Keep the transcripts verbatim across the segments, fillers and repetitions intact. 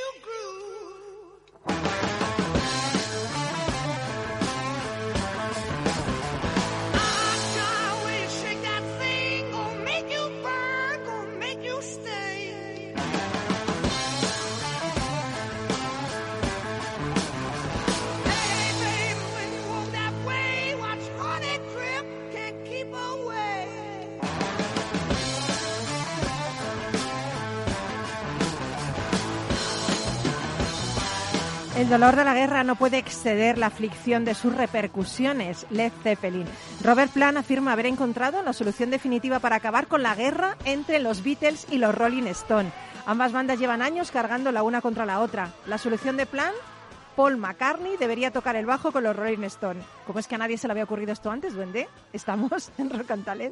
El dolor de la guerra no puede exceder la aflicción de sus repercusiones. Led Zeppelin. Robert Plant afirma haber encontrado la solución definitiva para acabar con la guerra entre los Beatles y los Rolling Stones. Ambas bandas llevan años cargando la una contra la otra. La solución de Plant: Paul McCartney debería tocar el bajo con los Rolling Stones. ¿Cómo es que a nadie se le había ocurrido esto antes, duende? Estamos en Rock and Talent.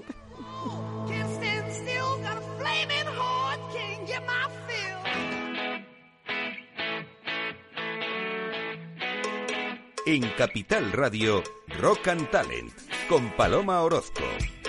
En Capital Radio, Rock and Talent, con Paloma Orozco.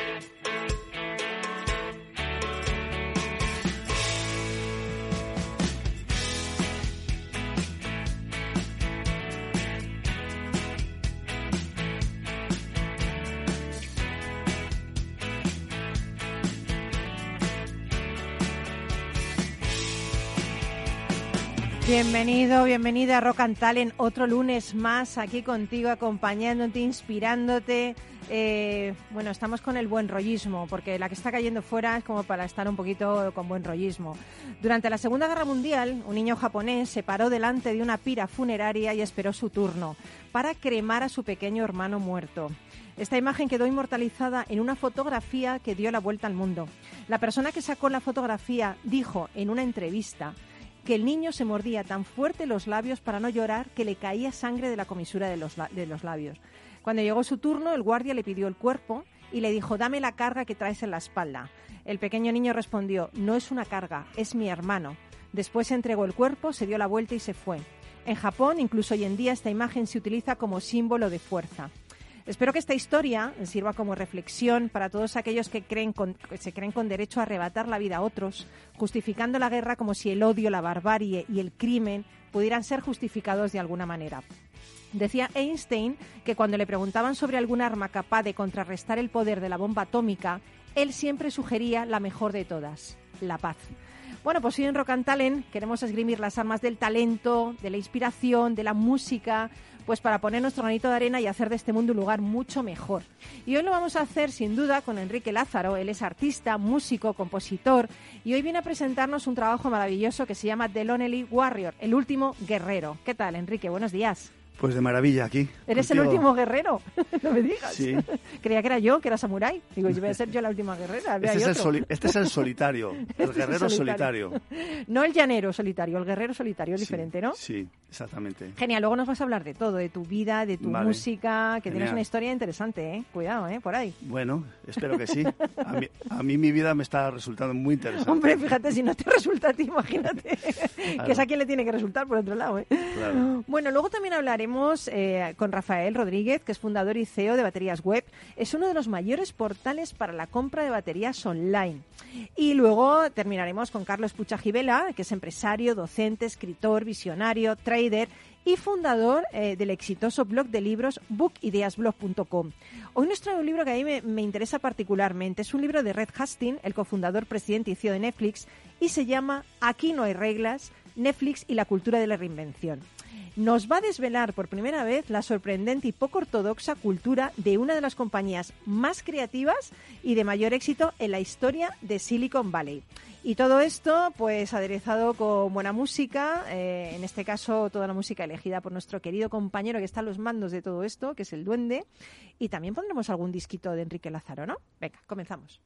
Bienvenido, bienvenida a Rock and Talent, otro lunes más aquí contigo, acompañándote, inspirándote. Eh, bueno, estamos con el buen rollismo, porque la que está cayendo fuera es como para estar un poquito con buen rollismo. Durante la Segunda Guerra Mundial, un niño japonés se paró delante de una pira funeraria y esperó su turno para cremar a su pequeño hermano muerto. Esta imagen quedó inmortalizada en una fotografía que dio la vuelta al mundo. La persona que sacó la fotografía dijo en una entrevista que el niño se mordía tan fuerte los labios para no llorar que le caía sangre de la comisura de los, de los labios. Cuando llegó su turno, el guardia le pidió el cuerpo y le dijo: dame la carga que traes en la espalda. El pequeño niño respondió: no es una carga, es mi hermano. Después entregó el cuerpo, se dio la vuelta y se fue. En Japón, incluso hoy en día, esta imagen se utiliza como símbolo de fuerza. Espero que esta historia sirva como reflexión para todos aquellos que, creen con, que se creen con derecho a arrebatar la vida a otros, justificando la guerra como si el odio, la barbarie y el crimen pudieran ser justificados de alguna manera. Decía Einstein que cuando le preguntaban sobre algún arma capaz de contrarrestar el poder de la bomba atómica, él siempre sugería la mejor de todas: la paz. Bueno, pues hoy en Rock and Talent queremos esgrimir las armas del talento, de la inspiración, de la música, pues para poner nuestro granito de arena y hacer de este mundo un lugar mucho mejor. Y hoy lo vamos a hacer sin duda con Enrique Lázaro. Él es artista, músico, compositor y hoy viene a presentarnos un trabajo maravilloso que se llama The Lonely Warrior, el último guerrero. ¿Qué tal, Enrique? Buenos días. Pues de maravilla aquí. ¿Eres contigo. El último guerrero? No me digas. Sí. Creía que era yo, que era samurái. Digo, yo voy a ser yo la última guerrera. Este es, el soli- este es el solitario, el Este guerrero es el solitario. solitario. No el llanero solitario, el guerrero solitario es Sí, diferente, ¿no? Sí, exactamente. Genial, luego nos vas a hablar de todo, de tu vida, de tu Vale. música, que Genial. tienes una historia interesante, ¿eh? Cuidado, ¿eh? Por ahí. Bueno, espero que sí. A mí, a mí mi vida me está resultando muy interesante. Hombre, fíjate, si no te resulta a ti, imagínate. Claro. Que es a quien le tiene que resultar, por otro lado, ¿eh? Claro. Bueno, luego también hablaremos eh, con Rafael Rodríguez, que es fundador y C E O de Baterías Web. Es uno de los mayores portales para la compra de baterías online. Y luego terminaremos con Carlos Puchajivela, que es empresario, docente, escritor, visionario, trader y fundador eh, del exitoso blog de libros book ideas blog punto com. Hoy nos trae un libro que a mí me, me interesa particularmente. Es un libro de Reed Hastings, el cofundador, presidente y C E O de Netflix, y se llama Aquí no hay reglas, Netflix y la cultura de la reinvención. Nos va a desvelar por primera vez la sorprendente y poco ortodoxa cultura de una de las compañías más creativas y de mayor éxito en la historia de Silicon Valley. Y todo esto, pues, aderezado con buena música, eh, en este caso toda la música elegida por nuestro querido compañero que está a los mandos de todo esto, que es el Duende. Y también pondremos algún disquito de Enrique Lázaro, ¿no? Venga, comenzamos.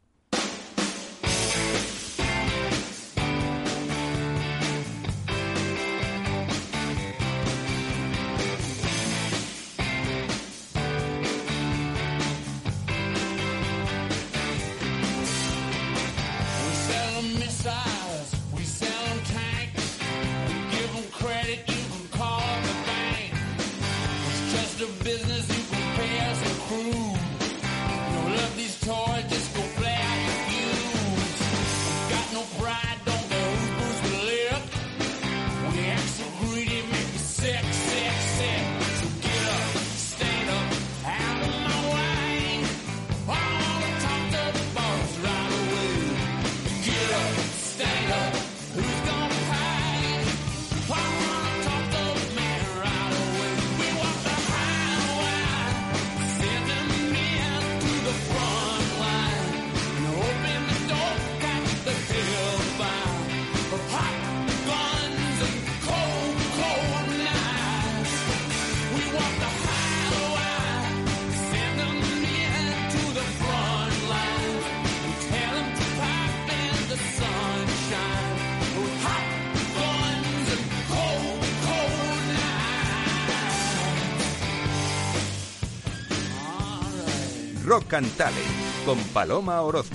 Got no pride, don't know whose boots will lift. We act Rock and Talent, con Paloma Orozco.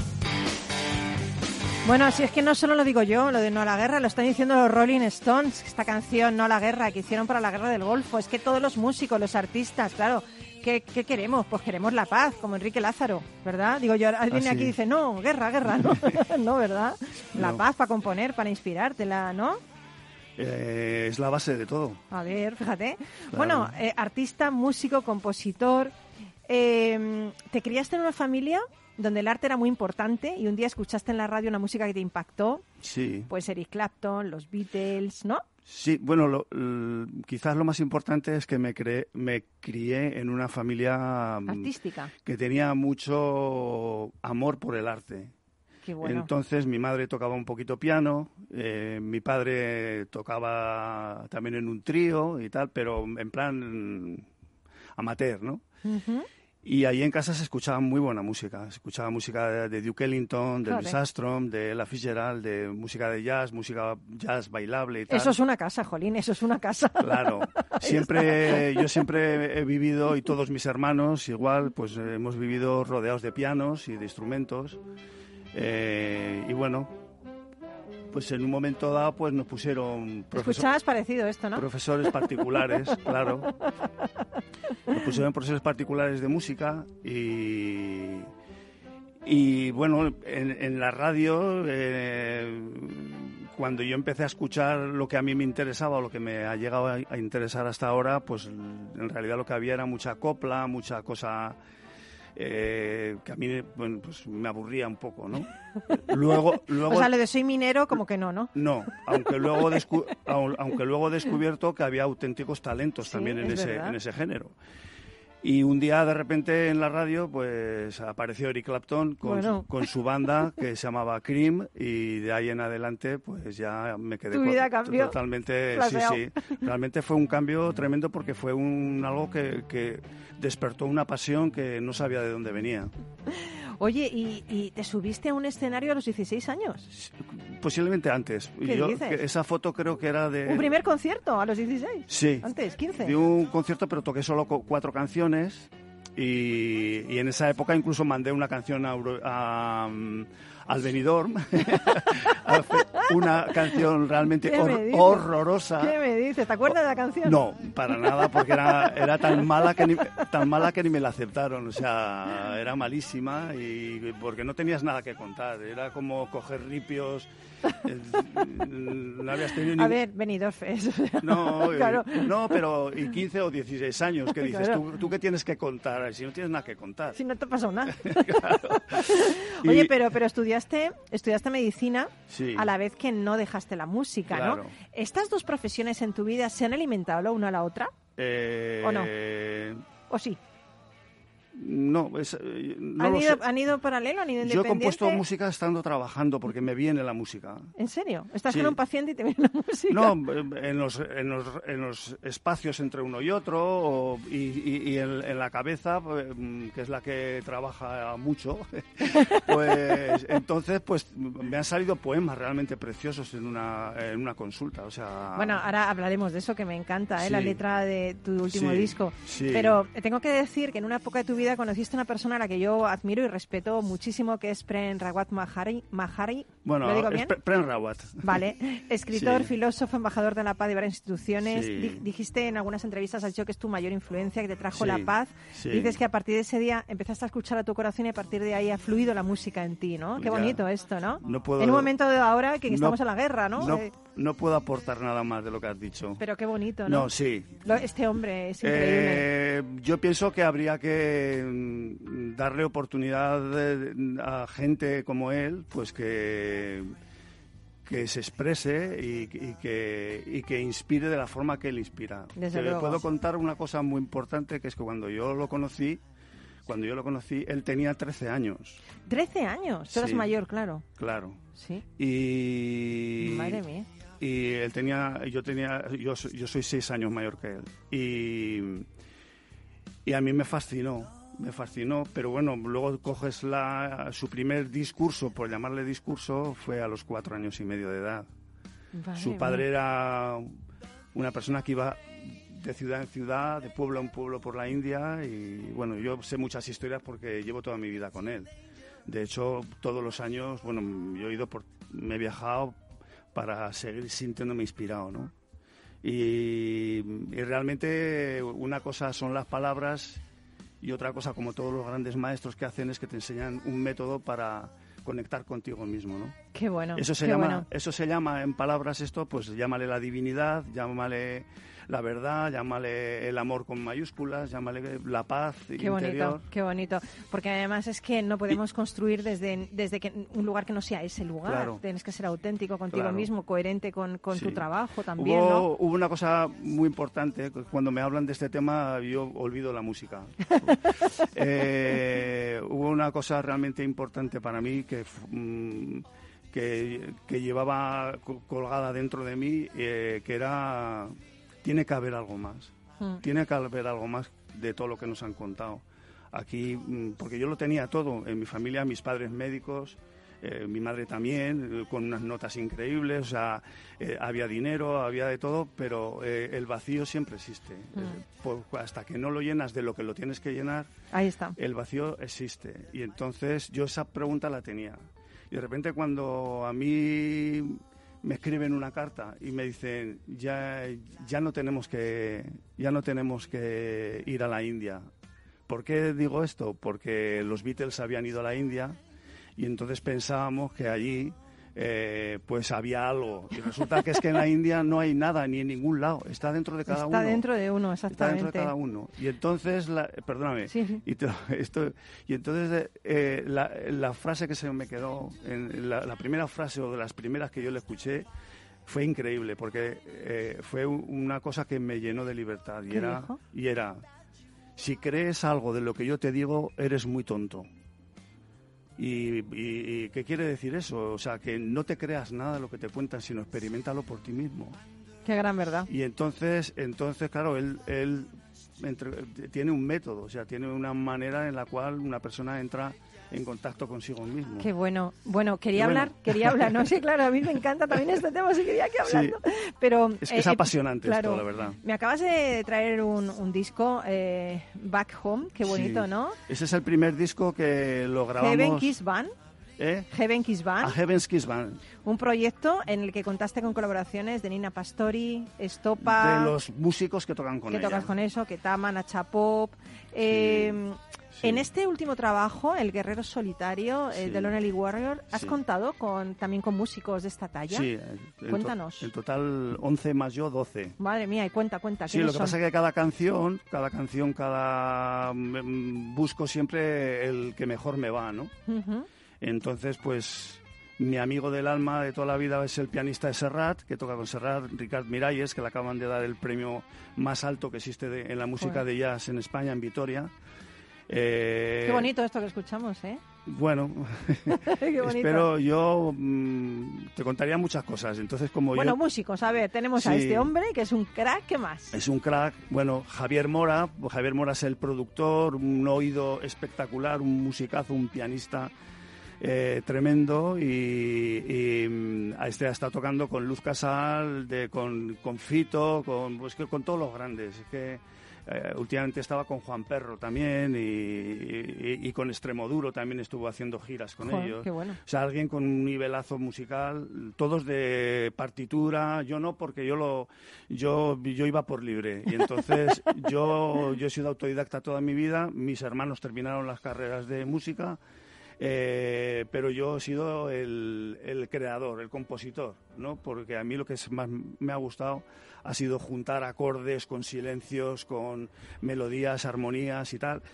Bueno, si es que no solo lo digo yo, lo de No a la Guerra, lo están diciendo los Rolling Stones, esta canción No a la Guerra que hicieron para la Guerra del Golfo. Es que todos los músicos, los artistas, claro, ¿qué, qué queremos? Pues queremos la paz, como Enrique Lázaro, ¿verdad? Digo yo, alguien Ah, sí. aquí dice, no, guerra, guerra, no, no, ¿verdad? La No. paz para componer, para inspirártela, ¿no? Eh, es la base de todo. A ver, fíjate. Claro. Bueno, eh, artista, músico, compositor. Eh, ¿Te criaste en una familia donde el arte era muy importante y un día escuchaste en la radio una música que te impactó? Sí. Pues Eric Clapton, los Beatles, ¿no? Sí, bueno, lo, l- quizás lo más importante es que me, creé, me crié en una familia mm, Artística. que tenía mucho amor por el arte. Qué bueno. Entonces mi madre tocaba un poquito piano, eh, mi padre tocaba también en un trío y tal, pero en plan mm, amateur, ¿no? Ujú. Y ahí en casa se escuchaba muy buena música. Se escuchaba música de, de Duke Ellington, de Louis Joder. Armstrong, de Ella Fitzgerald, de música de jazz, música jazz bailable y tal. Eso es una casa, Jolín, eso es una casa. Claro. Siempre, yo siempre he vivido, y todos mis hermanos igual, pues eh, hemos vivido rodeados de pianos y de instrumentos. Eh, y bueno, pues en un momento dado pues nos pusieron profesor- Escuchabas parecido esto, ¿no? profesores particulares, claro. Nos pusieron profesores particulares de música y, y bueno, en, en la radio, eh, cuando yo empecé a escuchar lo que a mí me interesaba o lo que me ha llegado a, a interesar hasta ahora, pues en realidad lo que había era mucha copla, mucha cosa eh, que a mí bueno, pues me aburría un poco, ¿no? Luego, luego O sea, lo de soy minero, como que no, ¿no? no, aunque luego, descu- au- aunque luego he descubierto que había auténticos talentos Sí, también en es ese, verdad. en ese género. Y un día, de repente, en la radio, pues apareció Eric Clapton con, Bueno. su, con su banda que se llamaba Cream, y de ahí en adelante, pues ya me quedé Tu con- vida cambió. totalmente. Sí, Flaseado. sí. Realmente fue un cambio tremendo porque fue un algo que, que despertó una pasión que no sabía de dónde venía. Oye, ¿y, y te subiste a un escenario a los dieciséis años? Posiblemente antes. ¿Qué Yo, dices? que esa foto creo que era de. ¿Un primer concierto a los dieciséis? Sí. Antes, quince. Di un concierto, pero toqué solo co- cuatro canciones y, y en esa época incluso mandé una canción a, Euro- a, mm, al Benidorm, una canción realmente ¿Qué me hor- dices? horrorosa. ¿Qué me dices? ¿Te acuerdas de la canción? No, para nada, porque era, era tan mala que ni, tan mala que ni me la aceptaron. O sea, era malísima y porque no tenías nada que contar. Era como coger ripios. eh, No habías tenido A ningún- ver, Benidorm es. no, eh, Claro. no, pero y quince o dieciséis años, que dices, Claro. ¿tú, ¿tú qué tienes que contar? Si no tienes nada que contar. Si no te pasó nada. Y- Oye, pero, pero estudiaste, estudiaste medicina Sí. a la vez que no dejaste la música, Claro. ¿no? ¿Estas dos profesiones en tu vida se han alimentado la una a la otra? Eh, ¿O no? ¿O sí? No, es, eh, no ¿Han, lo ido, sé. ¿Han ido paralelo? ¿Han ido Yo he independiente? compuesto música estando trabajando porque me viene la música. ¿En serio? ¿Estás Sí. con un paciente y te viene la música? No, en los, en los, en los espacios entre uno y otro o- y, y- y en, en la cabeza, pues, mm, que es la que trabaja mucho, pues entonces pues me han salido poemas realmente preciosos en una, en una consulta. O sea, Bueno, ahora hablaremos de eso, que me encanta, ¿eh? La Sí. letra de tu último Sí, disco. sí. Pero tengo que decir que en una época de tu vida conociste a una persona a la que yo admiro y respeto muchísimo, que es Prem Rawat Mahari. Mahari. bueno, ¿Lo digo es bien? Pre- Prem Rawat. Vale, escritor, Sí. filósofo, embajador de la paz de varias instituciones. Sí. Di- dijiste en algunas entrevistas, has dicho que es tu mayor influencia, que te trajo Sí, la paz. sí. Dices que a partir de ese día empezaste a escuchar a tu corazón y a partir de ahí ha fluido la música en ti, ¿no? Qué Ya. bonito esto, ¿no? No puedo- en un momento de ahora que no- estamos en la guerra, ¿no? No, Eh, no puedo aportar nada más de lo que has dicho. pero qué bonito, ¿no? No, sí. Lo- este hombre es increíble. Eh, yo pienso que habría que mm, darle oportunidad de- de- a gente como él, pues que que se exprese y, y que, y que inspire de la forma que él inspira. Desde Te luego. puedo contar una cosa muy importante, que es que cuando yo lo conocí, cuando yo lo conocí, él tenía trece años, trece años, tú eras Sí. mayor, claro. claro. Sí. Y Madre mía. y él tenía, yo tenía, yo, so- yo soy seis años mayor que él. Y, y a mí me fascinó, me fascinó, pero bueno, luego coges la, su primer discurso, por llamarle discurso, fue a los cuatro años y medio de edad. Madre Su mía. padre era una persona que iba de ciudad en ciudad, de pueblo en pueblo por la India y bueno, yo sé muchas historias porque llevo toda mi vida con él. De hecho, todos los años, bueno, yo he ido por, me he viajado para seguir sintiéndome inspirado, ¿no? Y, y realmente una cosa son las palabras y otra cosa, como todos los grandes maestros que hacen, es que te enseñan un método para conectar contigo mismo, ¿no? Qué bueno. Eso se qué llama, bueno. eso se llama en palabras esto, pues llámale la divinidad, llámale la verdad, llámale el amor con mayúsculas, llámale la paz Qué interior. bonito, qué bonito. Porque además es que no podemos y, construir desde, desde que un lugar que no sea ese lugar. Claro, Tienes que ser auténtico contigo claro. mismo, coherente con, con sí. tu trabajo también, hubo, ¿no? Hubo una cosa muy importante, cuando me hablan de este tema yo olvido la música. eh, hubo una cosa realmente importante para mí que... Mm, Que, que llevaba colgada dentro de mí, eh, que era, tiene que haber algo más, mm. tiene que haber algo más de todo lo que nos han contado aquí, porque yo lo tenía todo, en mi familia, mis padres médicos, eh, mi madre también, eh, con unas notas increíbles, o sea, eh, había dinero, había de todo, pero eh, el vacío siempre existe, mm. eh, por, hasta que no lo llenas de lo que lo tienes que llenar, ahí está. El vacío existe, y entonces yo esa pregunta la tenía. Y de repente cuando a mí me escriben una carta y me dicen ya, ya no tenemos que ya no tenemos que ir a la India. ¿Por qué digo esto? Porque los Beatles habían ido a la India y entonces pensábamos que allí eh, pues había algo. Y resulta que es que en la India no hay nada, ni en ningún lado. Está dentro de cada Está uno. Está dentro de uno, exactamente. Está dentro de cada uno. Y entonces, la, perdóname, sí, sí. Y, te, esto, y entonces eh, la, la frase que se me quedó, en la, la primera frase o de las primeras que yo le escuché, fue increíble, porque eh, fue una cosa que me llenó de libertad. Y era, y era, si crees algo de lo que yo te digo, eres muy tonto. Y, y, ¿y qué quiere decir eso? O sea, que no te creas nada de lo que te cuentan, sino experiméntalo por ti mismo. Qué gran verdad. Y entonces, entonces claro, él, él entre, tiene un método, o sea, tiene una manera en la cual una persona entra en contacto consigo mismo. Qué bueno. Bueno, quería bueno. hablar, quería hablar, no sé, claro, a mí me encanta también este tema, sí quería que hablando. Sí. Pero es que es eh, apasionante claro, esto, la verdad. Me acabas de traer un, un disco, eh, Back Home, qué bonito, sí. ¿no? Ese es el primer disco que lo grabamos. Heaven Kiss Band. ¿Eh? Heaven Kiss Band. A Heaven's Kiss Band. Un proyecto en el que contaste con colaboraciones de Nina Pastori, Estopa... De los músicos que tocan con que ella. Que tocas con eso, que Tama, Nacha Pop... Eh, sí. Sí. En este último trabajo, El Guerrero Solitario, sí. eh, de Lonely Warrior, ¿has sí. contado con, también con músicos de esta talla? Sí. Cuéntanos. En, to en total once más yo, doce. Madre mía, y cuenta, cuenta. Sí, lo que son? pasa es que cada canción, cada canción, cada... busco siempre el que mejor me va, ¿no? Uh-huh. Entonces, pues... Mi amigo del alma de toda la vida es el pianista de Serrat, que toca con Serrat, Ricard Miralles, que le acaban de dar el premio más alto que existe de, en la música Joder. de jazz en España, en Vitoria. Eh, Qué bonito esto que escuchamos, ¿eh? Bueno, Qué bonito. Espero yo mmm, te contaría muchas cosas. Entonces, como bueno, yo, músicos, a ver, tenemos sí, a este hombre que es un crack, ¿qué más? Es un crack. Bueno, Javier Mora, Javier Mora es el productor, un oído espectacular, un musicazo, un pianista eh, tremendo y, y a este ha estado tocando con Luz Casal, de, con, con Fito, con, pues, con todos los grandes. Es que Eh, últimamente estaba con Juan Perro también y, y, y con Extremoduro también estuvo haciendo giras con Joder, ellos. Qué bueno. O sea, alguien con un nivelazo musical, todos de partitura, yo no, porque yo lo yo yo iba por libre y entonces yo yo he sido autodidacta toda mi vida, mis hermanos terminaron las carreras de música. Eh, pero yo he sido el, el creador, el compositor, ¿no? Porque a mí lo que más me ha gustado ha sido juntar acordes con silencios, con melodías, armonías y tal.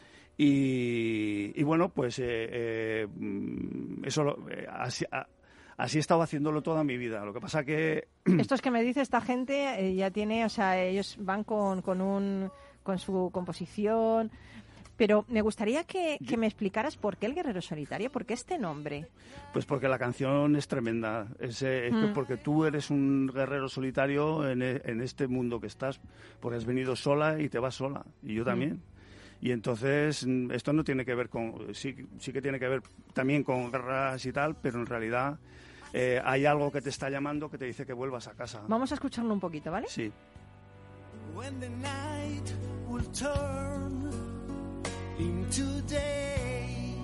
Y, y bueno, pues eh, eh, eso lo, eh, así, a, así he estado haciéndolo toda mi vida. Lo que pasa que... Esto es que me dice esta gente, eh, ya tiene, o sea, ellos van con, con, un, con su composición... Pero me gustaría que, que me explicaras por qué El Guerrero Solitario, por qué este nombre. Pues porque la canción es tremenda, es, es mm. porque tú eres un guerrero solitario en, en este mundo que estás, porque has venido sola y te vas sola, y yo también. Mm. Y entonces esto no tiene que ver con, sí, sí que tiene que ver también con guerras y tal, pero en realidad eh, hay algo que te está llamando que te dice que vuelvas a casa. Vamos a escucharlo un poquito, ¿vale? Sí. When the night will turn into day,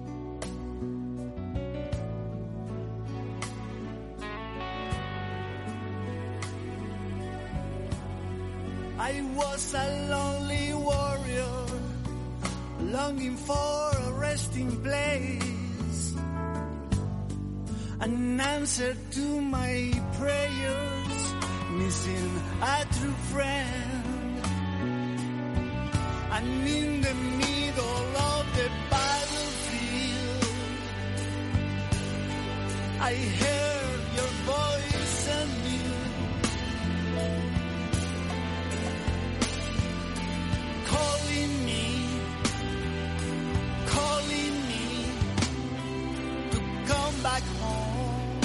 I was a lonely warrior, longing for a resting place, an answer to my prayers, missing a true friend. And in the middle of the battlefield, I heard your voice anew, calling me, calling me to come back home.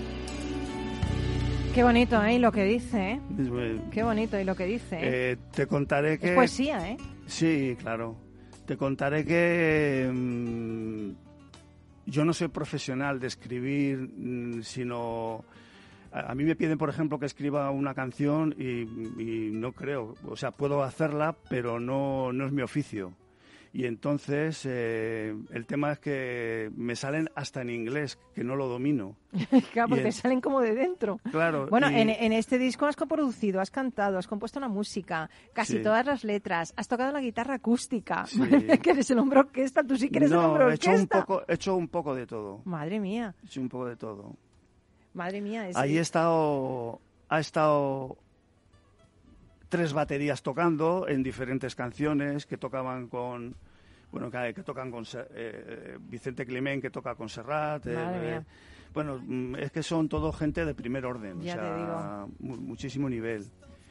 Qué bonito, ¿eh? Y lo que dice, ¿eh? Es, eh, Qué bonito y lo que dice, ¿eh? eh, te contaré que... Es poesía, ¿eh? Sí, claro. Te contaré que mmm, yo no soy profesional de escribir, mmm, sino... A, a mí me piden, por ejemplo, que escriba una canción y, y no creo. O sea, puedo hacerla, pero no, no es mi oficio. Y entonces eh, el tema es que me salen hasta en inglés, que no lo domino. Claro, porque en... te salen como de dentro. Claro. Bueno, y... en, en este disco has coproducido, has cantado, has compuesto una música, casi Sí. todas las letras, has tocado la guitarra acústica. Sí. Que eres el hombre orquesta, tú sí que eres no, el hombre he hecho orquesta. un poco, he hecho un poco de todo. Madre mía, He hecho un poco de todo. madre mía. Es... Ahí he estado, ha estado tres baterías tocando en diferentes canciones que tocaban con, bueno, que, que tocan con eh, Vicente Climent, que toca con Serrat. Madre eh, mía. Bueno, es que son todo gente de primer orden, Ya o sea, te digo. mu- muchísimo nivel.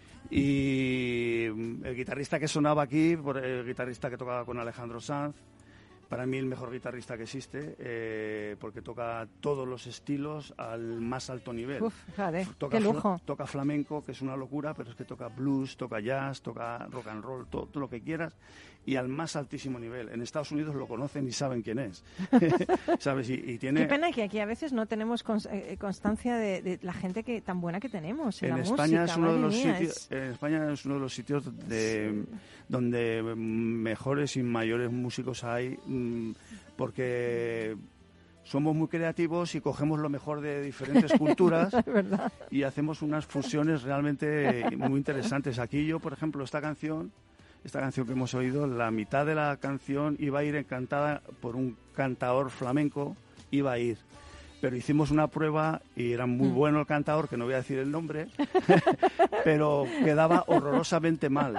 Y el guitarrista que sonaba aquí, por el guitarrista que tocaba con Alejandro Sanz, para mí el mejor guitarrista que existe, eh, porque toca todos los estilos al más alto nivel. Uf, fíjate, toca, qué lujo. fla- toca flamenco, que es una locura, pero es que toca blues, toca jazz, toca rock and roll, todo, todo lo que quieras, y al más altísimo nivel. En Estados Unidos lo conocen y saben quién es. ¿Sabes? Y, y tiene... Qué pena que aquí a veces no tenemos cons- eh, constancia de, de la gente que tan buena que tenemos en, En la España, música. es uno de madre los mía, sitios, es- en España es uno de los sitios de, donde mejores y mayores músicos hay, mm, porque somos muy creativos y cogemos lo mejor de diferentes culturas es verdad. y hacemos unas fusiones realmente muy interesantes. Aquí yo, por ejemplo, esta canción, esta canción que hemos oído, la mitad de la canción iba a ir cantada por un cantador flamenco, iba a ir. Pero hicimos una prueba y era muy Mm. bueno el cantador, que no voy a decir el nombre, pero quedaba horrorosamente mal.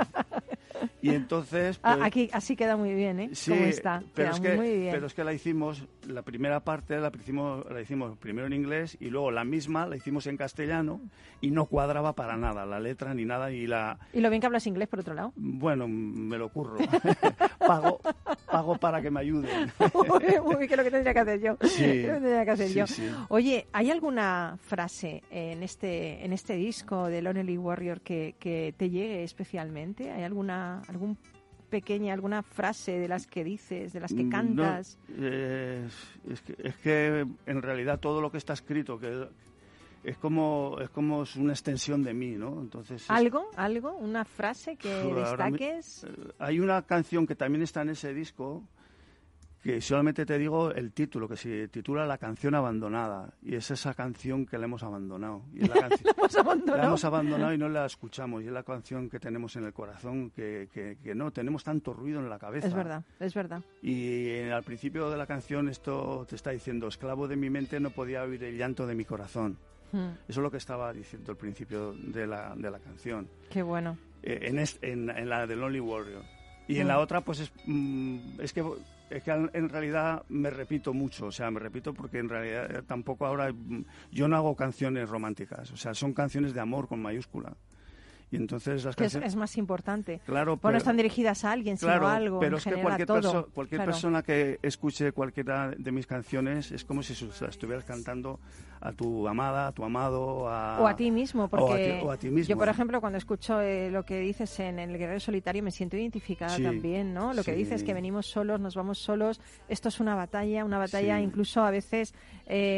Y entonces... Ah, pues, aquí así queda muy bien, ¿eh? sí, Como está, pero queda es, que, muy bien. pero es que la hicimos, la primera parte la hicimos, la hicimos primero en inglés y luego la misma la hicimos en castellano y no cuadraba para nada, la letra ni nada. Y la Y lo bien que hablas inglés, por otro lado. Bueno, me lo curro. pago, pago para que me ayuden. Uy, uy, que es lo que tendría que hacer yo. Sí, Que lo que tendría que hacer sí, yo. sí. Oye, ¿hay alguna frase en este en este disco de Lonely Warrior que, que te llegue especialmente? ¿Hay alguna algún pequeña, alguna frase de las que dices, de las que cantas? No, eh, es, que, es que en realidad todo lo que está escrito, que es como es como es una extensión de mí, ¿no? Entonces es- ¿Algo? ¿Algo? ¿Una frase que Ahora mi- destaques? eh, hay una canción que también está en ese disco que solamente te digo el título, que se titula La canción abandonada, y es esa canción que la hemos abandonado. Y es la, canción, La hemos abandonado. la hemos abandonado y no la escuchamos, y es la canción que tenemos en el corazón, que, que, que no, tenemos tanto ruido en la cabeza. Es verdad, es verdad. Y eh, al principio de la canción esto te está diciendo, esclavo de mi mente no podía oír el llanto de mi corazón. Hmm, Eso es lo que estaba diciendo al principio de la, de la canción. qué bueno. Eh, en, est- en, en la de Lonely Warrior. Y en Mm. la otra, pues es, mm, es que es que en realidad me repito mucho, o sea, me repito porque en realidad eh, tampoco ahora mm, yo no hago canciones románticas, o sea, son canciones de amor con mayúscula. Y entonces las Que es, canciones... es más importante. Claro, Pues no pero, están dirigidas a alguien, sino claro, a algo, pero en es que general, cualquier, a todo. perso- cualquier Claro. persona que escuche cualquiera de mis canciones es como si se las estuvieras cantando a tu amada, a tu amado, a... O a ti mismo, porque o a ti- o a ti mismo. yo, por ejemplo, cuando escucho eh, lo que dices en El Guerrero Solitario, me siento identificada Sí, también, ¿no? Lo que sí. dices, que venimos solos, nos vamos solos, esto es una batalla, una batalla Sí. incluso a veces eh,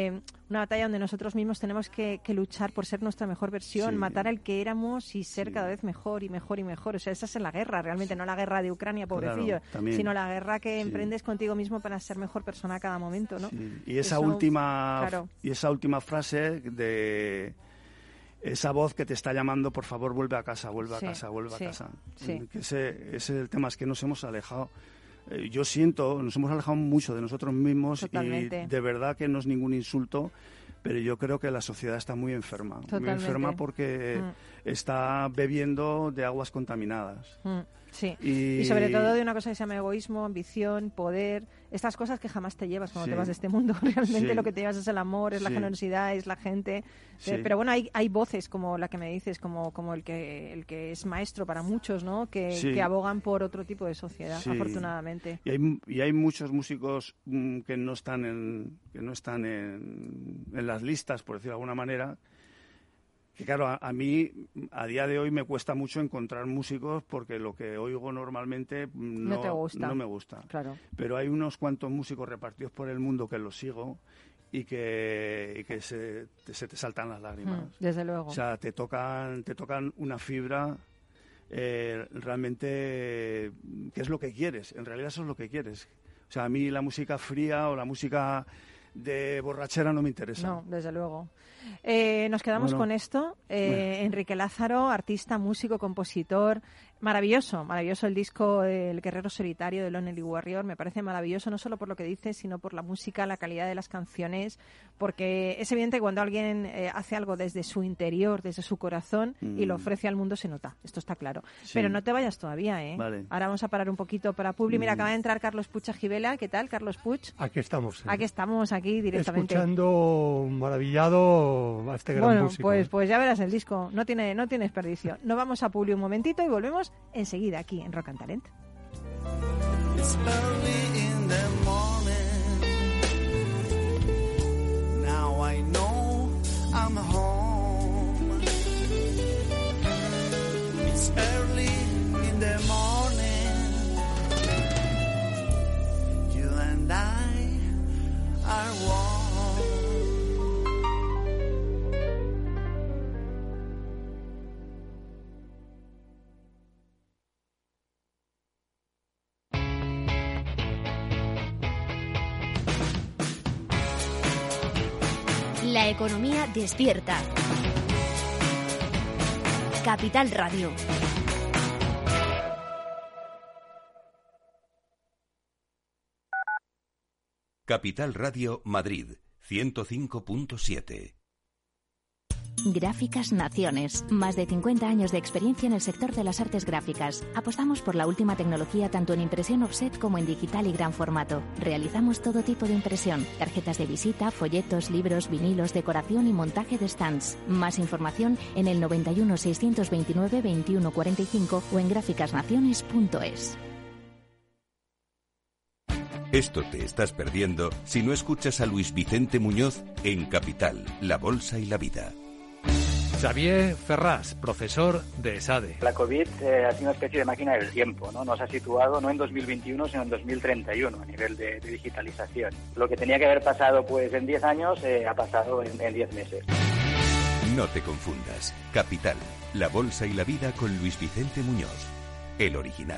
una batalla donde nosotros mismos tenemos que, que luchar por ser nuestra mejor versión, Sí. matar al que éramos y ser Sí. cada vez mejor y mejor y mejor. O sea, esa es la guerra, realmente, no la guerra de Ucrania, pobrecillo, Claro, también. sino la guerra que Sí. emprendes contigo mismo para ser mejor persona a cada momento, ¿no? Sí. Y esa Eso, última claro. y esa última frase de esa voz que te está llamando, por favor, vuelve a casa, vuelve Sí, a casa, vuelve sí, a casa. sí. Que ese, ese es el tema, es que nos hemos alejado. Eh, yo siento, nos hemos alejado mucho de nosotros mismos Totalmente. y de verdad que no es ningún insulto, pero yo creo que la sociedad está muy enferma. Muy Totalmente. enferma porque Mm. está bebiendo de aguas contaminadas. Mm, sí. Y- Y... sobre todo de una cosa que se llama egoísmo, ambición, poder, estas cosas que jamás te llevas cuando Sí. te vas de este mundo. Realmente Sí. lo que te llevas es el amor, es la Sí. generosidad, es la gente. Sí. Eh, Pero bueno, hay, hay voces como la que me dices, como, como el que el que es maestro para muchos, ¿no? Que, Sí. que abogan por otro tipo de sociedad, Sí. afortunadamente. Y hay, y hay muchos músicos mm, que no están en que no están en, en las listas, por decirlo de alguna manera. Que claro, a, a mí a día de hoy me cuesta mucho encontrar músicos porque lo que oigo normalmente mm, No no, te gusta. no me gusta. Claro. Pero hay unos cuantos músicos repartidos por el mundo que los sigo y que, y que se, te, se te saltan las lágrimas. Mm, desde luego. O sea, te tocan, te tocan una fibra eh, realmente que es lo que quieres. En realidad eso es lo que quieres. O sea, a mí la música fría o la música de borrachera no me interesa. No, desde luego. Eh, nos quedamos Bueno. con esto. Eh, Enrique Lázaro, artista, músico, compositor. Maravilloso, maravilloso el disco El Guerrero Solitario de Lonely Warrior. Me parece maravilloso, no solo por lo que dice, sino por la música, la calidad de las canciones. Porque es evidente que cuando alguien eh, hace algo desde su interior, desde su corazón, Mm. y lo ofrece al mundo, se nota. Esto está claro. Sí. Pero no te vayas todavía, ¿eh? Vale. Ahora vamos a parar un poquito para Publi. Mira, Mm. acaba de entrar Carlos Puch Gibela. ¿Qué tal, Carlos Puch? Aquí estamos. sí. Aquí estamos, aquí directamente. Escuchando maravillado a este gran Bueno, músico. pues, ¿eh? pues ya verás el disco, no tiene, no tiene desperdicio. Nos vamos a Publi un momentito y volvemos enseguida aquí en Rock and Talent. It's early in the morning. Now I know I'm home. It's early in the morning. You and I are one. La economía despierta. Capital Radio. Capital Radio Madrid, ciento cinco punto siete. Gráficas Naciones. Más de cincuenta años de experiencia en el sector de las artes gráficas. Apostamos por la última tecnología tanto en impresión offset como en digital y gran formato. Realizamos todo tipo de impresión. Tarjetas de visita, folletos, libros, vinilos, decoración y montaje de stands. Más información en el noventa y uno, seiscientos veintinueve, veintiuno cuarenta y cinco o en gráficas naciones punto es. Esto te estás perdiendo si no escuchas a Luis Vicente Muñoz en Capital, La Bolsa y la Vida. Xavier Ferrás, profesor de ESADE. La COVID eh, ha sido una especie de máquina del tiempo, ¿no? Nos ha situado no en dos mil veintiuno, sino en dos mil treinta y uno a nivel de, de digitalización. Lo que tenía que haber pasado pues en diez años eh, ha pasado en, en diez meses. No te confundas. Capital, La Bolsa y la Vida con Luis Vicente Muñoz, el original.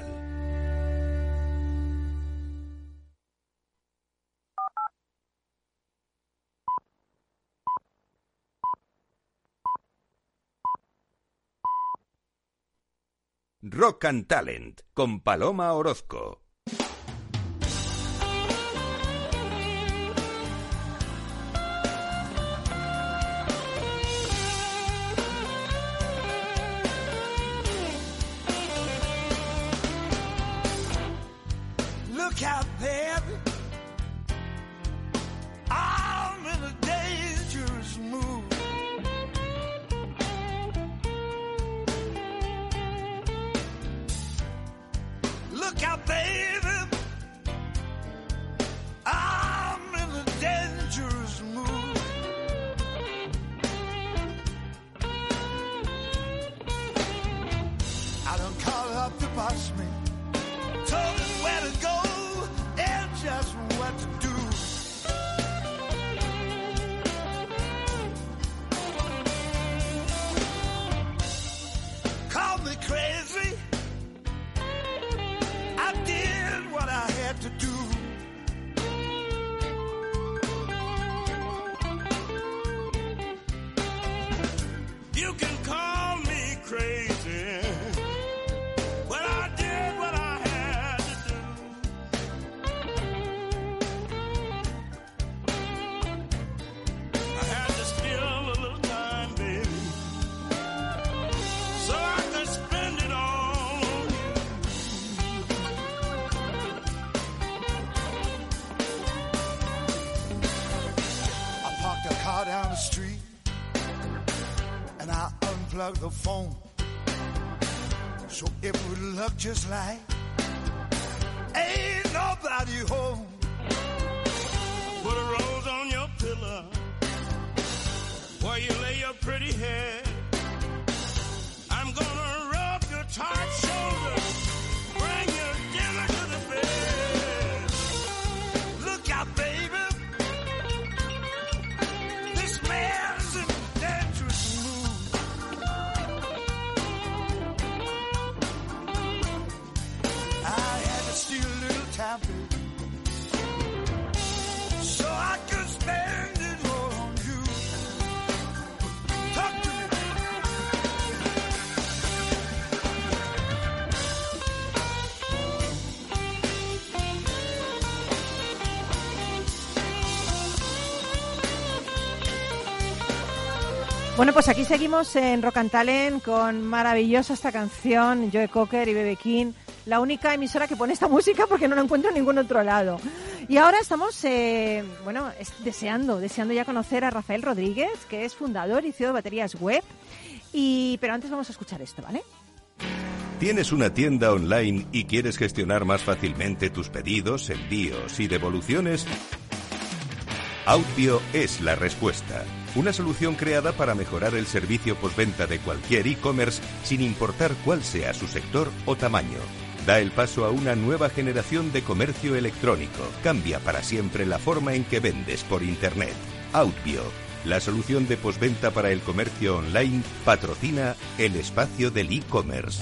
Rock and Talent con Paloma Orozco. Look out there. I'm in a dangerous mood. Look out, baby. I'm in a dangerous mood. I done called up the bossman. Told him where to go and just what to do. crazy. I did what I had to do. You can call me crazy, but I did what I had to do. I had to steal a little time, baby, so I could spend it all on you. I parked a car down the street and I unplugged the phone so it would look just like ain't nobody home. Put a rose on your pillow where you lay your pretty head. I'm gonna rub your tight shoulders, bring your dinner to the bed. Look out, baby, this man's in dangerous mood. I had to steal a little time, baby, so I could spend it all on you. Talk to me. Bueno, pues aquí seguimos en Rock and Talent con maravillosa esta canción, Joe Cocker y B B King, la única emisora que pone esta música porque no la encuentro en ningún otro lado. Y ahora estamos, eh, bueno, es, deseando, deseando ya conocer a Rafael Rodríguez, que es fundador y C E O de Baterías Web. Y, pero antes vamos a escuchar esto, ¿vale? ¿Tienes una tienda online y quieres gestionar más fácilmente tus pedidos, envíos y devoluciones? Outbio es la respuesta. Una solución creada para mejorar el servicio postventa de cualquier e-commerce sin importar cuál sea su sector o tamaño. Da el paso a una nueva generación de comercio electrónico. Cambia para siempre la forma en que vendes por Internet. Outbio, la solución de postventa para el comercio online, patrocina el espacio del e-commerce.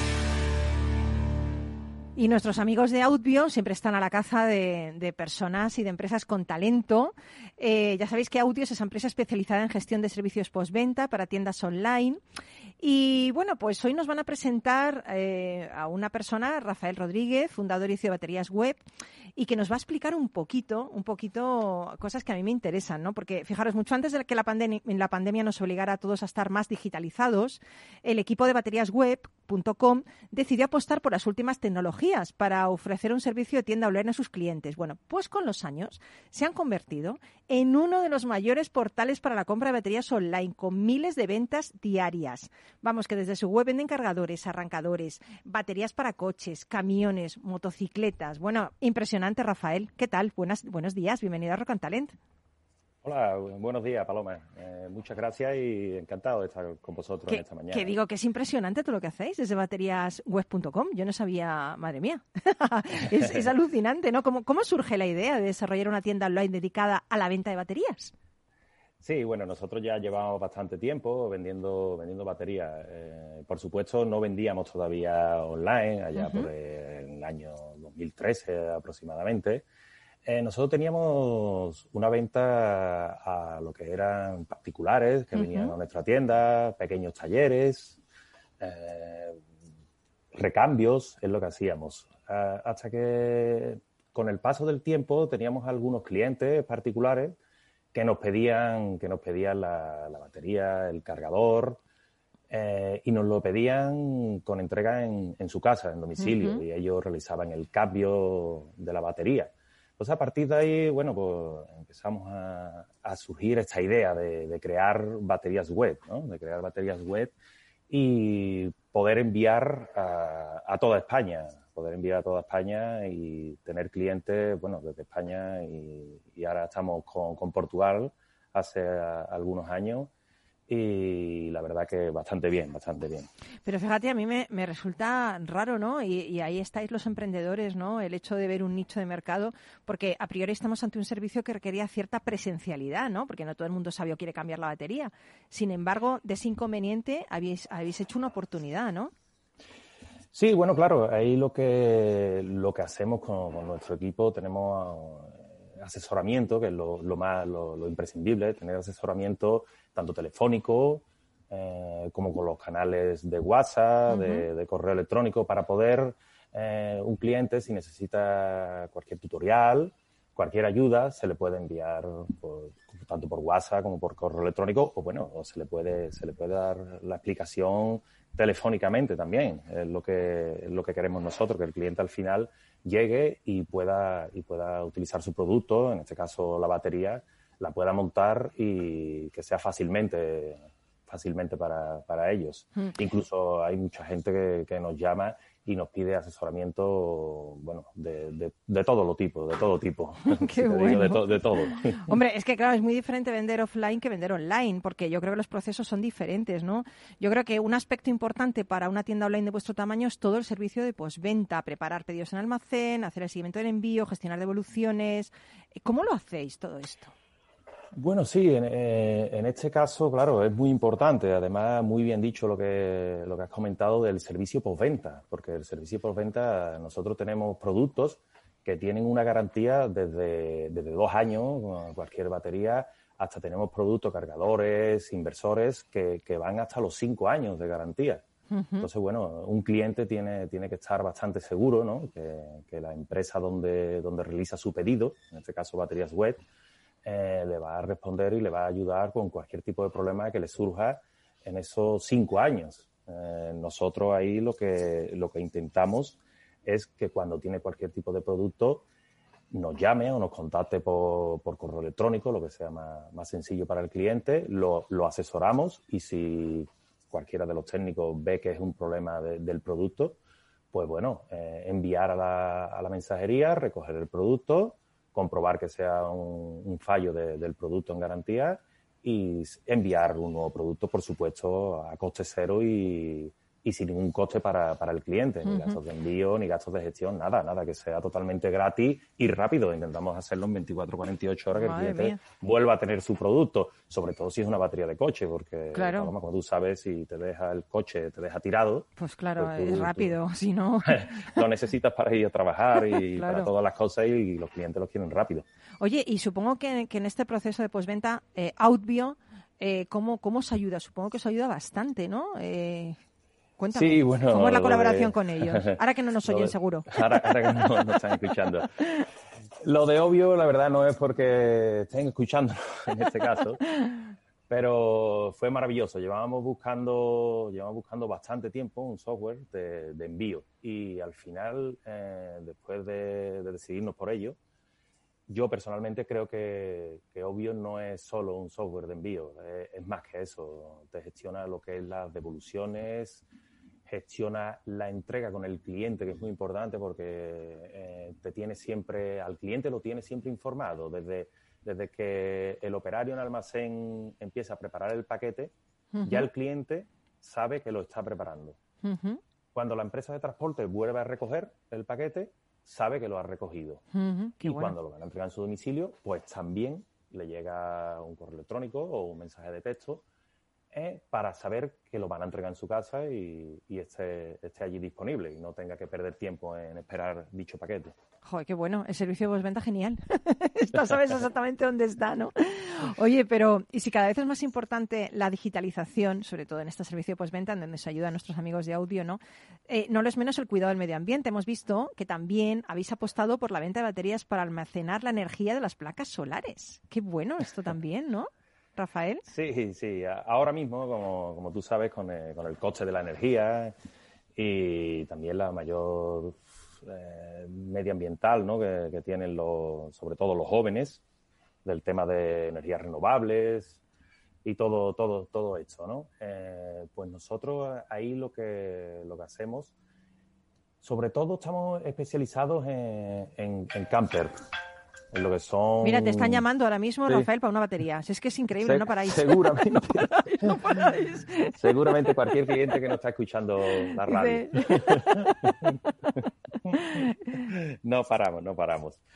Y nuestros amigos de Outbio siempre están a la caza de, de personas y de empresas con talento. Eh, ya sabéis que Outbio es esa empresa especializada en gestión de servicios postventa para tiendas online. Y bueno, pues hoy nos van a presentar eh, a una persona, Rafael Rodríguez, fundador y C E O de Baterías Web, y que nos va a explicar un poquito, un poquito cosas que a mí me interesan, ¿no? Porque fijaros, mucho antes de que la, pandem- la pandemia nos obligara a todos a estar más digitalizados, el equipo de baterías web punto com decidió apostar por las últimas tecnologías para ofrecer un servicio de tienda online a sus clientes. Bueno, pues con los años se han convertido en uno de los mayores portales para la compra de baterías online, con miles de ventas diarias. Vamos, que desde su web venden cargadores, arrancadores, baterías para coches, camiones, motocicletas. Bueno, impresionante, Rafael. ¿Qué tal? Buenas, buenos días, bienvenido a Rock and Talent. Hola, buenos días, Paloma. Eh, muchas gracias y encantado de estar con vosotros que, en esta mañana. Que digo que es impresionante todo lo que hacéis desde baterías web punto com. Yo no sabía, madre mía, es, es alucinante, ¿no? ¿Cómo, ¿Cómo surge la idea de desarrollar una tienda online dedicada a la venta de baterías? Sí, bueno, nosotros ya llevamos bastante tiempo vendiendo vendiendo baterías. Eh, por supuesto, no vendíamos todavía online, allá uh-huh. por el año dos mil trece aproximadamente. Eh, nosotros teníamos una venta a lo que eran particulares que uh-huh. venían a nuestra tienda, pequeños talleres, eh, recambios, es lo que hacíamos. Uh, hasta que con el paso del tiempo teníamos algunos clientes particulares que nos pedían, que nos pedían la, la batería, el cargador, eh, y nos lo pedían con entrega en, en su casa, en domicilio, uh-huh. y ellos realizaban el cambio de la batería. Entonces, a partir de ahí, bueno, pues empezamos a, a surgir esta idea de, de crear baterías web, ¿no? De crear baterías web y poder enviar a, a toda España, poder enviar a toda España y tener clientes, bueno, desde España y, y ahora estamos con, con Portugal hace a, algunos años. Y la verdad que bastante bien, bastante bien. Pero fíjate, a mí me, me resulta raro, ¿no? Y, y ahí estáis los emprendedores, ¿no? El hecho de ver un nicho de mercado, porque a priori estamos ante un servicio que requería cierta presencialidad, ¿no? Porque no todo el mundo sabe o quiere cambiar la batería. Sin embargo, de ese inconveniente habéis, habéis hecho una oportunidad, ¿no? Sí, bueno, claro, ahí lo que, lo que hacemos con, con nuestro equipo, tenemos asesoramiento, que es lo, lo más lo, lo imprescindible, tener asesoramiento tanto telefónico eh, como con los canales de WhatsApp, uh-huh. de, de correo electrónico, para poder eh, un cliente, si necesita cualquier tutorial, cualquier ayuda, se le puede enviar por, tanto por WhatsApp como por correo electrónico, o bueno, o se le puede se le puede dar la explicación telefónicamente también. Es lo que es lo que queremos nosotros, que el cliente al final llegue y pueda y pueda utilizar su producto, en este caso la batería, la pueda montar y que sea fácilmente fácilmente para, para ellos. Mm. Incluso hay mucha gente que, que nos llama y nos pide asesoramiento, bueno, de, de, de todo lo tipo, de todo tipo. Qué bueno. Digo, de, to, de todo. Hombre, es que claro, es muy diferente vender offline que vender online, porque yo creo que los procesos son diferentes, ¿no? Yo creo que un aspecto importante para una tienda online de vuestro tamaño es todo el servicio de postventa, preparar pedidos en almacén, hacer el seguimiento del envío, gestionar devoluciones. ¿Cómo lo hacéis todo esto? Bueno, sí, en, eh, en este caso, claro, es muy importante. Además, muy bien dicho lo que, lo que has comentado del servicio postventa, porque el servicio postventa, nosotros tenemos productos que tienen una garantía desde, desde dos años, cualquier batería, hasta tenemos productos, cargadores, inversores, que, que van hasta los cinco años de garantía. Uh-huh. Entonces, bueno, un cliente tiene, tiene que estar bastante seguro, ¿no? Que, que la empresa donde, donde realiza su pedido, en este caso Baterías Wet, Eh, le va a responder y le va a ayudar con cualquier tipo de problema que le surja en esos cinco años. Eh, nosotros ahí lo que, lo que intentamos es que cuando tiene cualquier tipo de producto nos llame o nos contacte por, por correo electrónico, lo que sea más, más sencillo para el cliente, lo, lo asesoramos y si cualquiera de los técnicos ve que es un problema de, del producto, pues bueno, eh, enviar a la, a la mensajería, recoger el producto, comprobar que sea un, un fallo de, del producto en garantía y enviar un nuevo producto, por supuesto, a coste cero y, y sin ningún coste para, para el cliente, ni uh-huh. gastos de envío, ni gastos de gestión, nada, nada, que sea totalmente gratis y rápido. Intentamos hacerlo en veinticuatro a cuarenta y ocho horas, que Madre el cliente mía. vuelva a tener su producto, sobre todo si es una batería de coche, porque claro. Paloma, como tú sabes, si te deja el coche, te deja tirado. Pues claro, pues tú, es rápido, tú, si no... lo necesitas para ir a trabajar y claro. para todas las cosas y los clientes lo quieren rápido. Oye, y supongo que, que en este proceso de postventa, eh, Outvio, eh, ¿cómo, ¿cómo os ayuda? Supongo que os ayuda bastante, ¿no? Eh... Cuéntame, sí, bueno, ¿cómo es la colaboración de... con ellos? Ahora que no nos oyen, de... seguro. Ahora, ahora que no nos están escuchando. Lo de obvio, la verdad, no es porque estén escuchando en este caso, pero fue maravilloso. Llevábamos buscando, llevábamos buscando bastante tiempo un software de, de envío y al final, eh, después de, de decidirnos por ello, yo personalmente creo que, que Outvio no es solo un software de envío, es, es más que eso. Te gestiona lo que es las devoluciones, gestiona la entrega con el cliente, que es muy importante porque eh, te tiene siempre, al cliente lo tiene siempre informado. Desde, desde que el operario en almacén empieza a preparar el paquete, uh-huh. ya el cliente sabe que lo está preparando. Uh-huh. Cuando la empresa de transporte vuelve a recoger el paquete, sabe que lo ha recogido. Uh-huh, y bueno. Cuando lo van a entregar en su domicilio, pues también le llega un correo electrónico o un mensaje de texto eh, para saber que lo van a entregar en su casa y, y esté, esté allí disponible y no tenga que perder tiempo en esperar dicho paquete. Joder, qué bueno. El servicio de postventa, genial. Esto sabes exactamente dónde está, ¿no? Oye, pero ¿y si cada vez es más importante la digitalización, sobre todo en este servicio de postventa, en donde se ayuda a nuestros amigos de Outvio, ¿no? Eh, no lo es menos el cuidado del medio ambiente. Hemos visto que también habéis apostado por la venta de baterías para almacenar la energía de las placas solares. Qué bueno esto también, ¿no, Rafael? Sí, sí. Ahora mismo, como, como tú sabes, con el, con el coste de la energía y también la mayor... Eh, medioambiental, ¿no? que, que tienen los, sobre todo los jóvenes, del tema de energías renovables y todo todo todo esto, ¿no? Eh, pues nosotros ahí lo que lo que hacemos, sobre todo estamos especializados en, en, en camper, en lo que son... Mira, te están llamando ahora mismo, sí. Rafael, para una batería. Si es que es increíble, Se, no paráis. Seguramente. no paráis, no paráis. Seguramente cualquier cliente que no está escuchando la radio. No paramos, no paramos.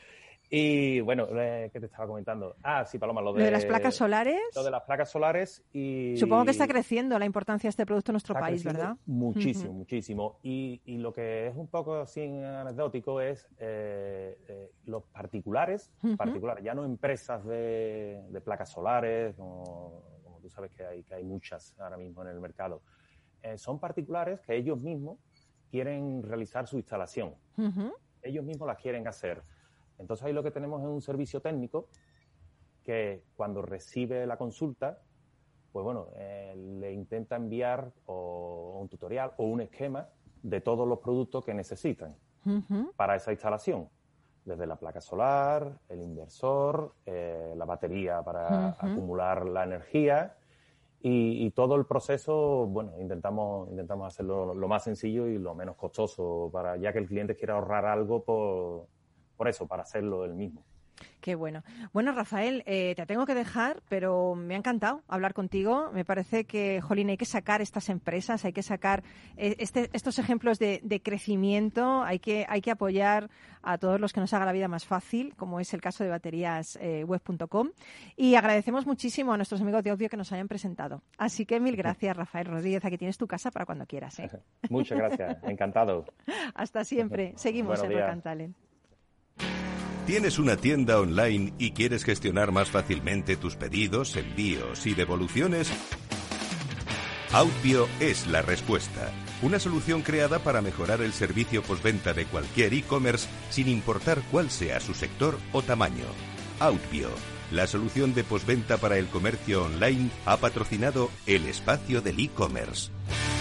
Y bueno, ¿qué te estaba comentando? Ah, sí, Paloma, lo de, ¿Lo de las placas solares? Lo de las placas solares y... Supongo que está creciendo la importancia de este producto en nuestro está país, ¿verdad? Muchísimo, uh-huh. muchísimo. Y, y lo que es un poco así anecdótico es eh, eh, los particulares, uh-huh. particulares, ya no empresas de, de placas solares, como, como tú sabes que hay, que hay muchas ahora mismo en el mercado. Eh, son particulares que ellos mismos quieren realizar su instalación. Uh-huh. Ellos mismos las quieren hacer. Entonces ahí lo que tenemos es un servicio técnico que cuando recibe la consulta, pues bueno, eh, le intenta enviar o un tutorial o un esquema de todos los productos que necesitan uh-huh. para esa instalación. Desde la placa solar, el inversor, eh, la batería para uh-huh. acumular la energía y, y todo el proceso, bueno, intentamos intentamos hacerlo lo más sencillo y lo menos costoso, para ya que el cliente quiera ahorrar algo por... por eso, para hacerlo él mismo. Qué bueno. Bueno, Rafael, eh, te tengo que dejar, pero me ha encantado hablar contigo. Me parece que, jolín, hay que sacar estas empresas, hay que sacar eh, este, estos ejemplos de, de crecimiento, hay que, hay que apoyar a todos los que nos haga la vida más fácil, como es el caso de baterías web punto com. Y agradecemos muchísimo a nuestros amigos de Obvio que nos hayan presentado. Así que mil gracias, Rafael Rodríguez. Aquí tienes tu casa para cuando quieras. ¿eh? Muchas gracias. Encantado. Hasta siempre. Seguimos en Rock and Talent. ¿Tienes una tienda online y quieres gestionar más fácilmente tus pedidos, envíos y devoluciones? Outbio es la respuesta. Una solución creada para mejorar el servicio postventa de cualquier e-commerce sin importar cuál sea su sector o tamaño. Outbio, la solución de postventa para el comercio online, ha patrocinado el espacio del e-commerce.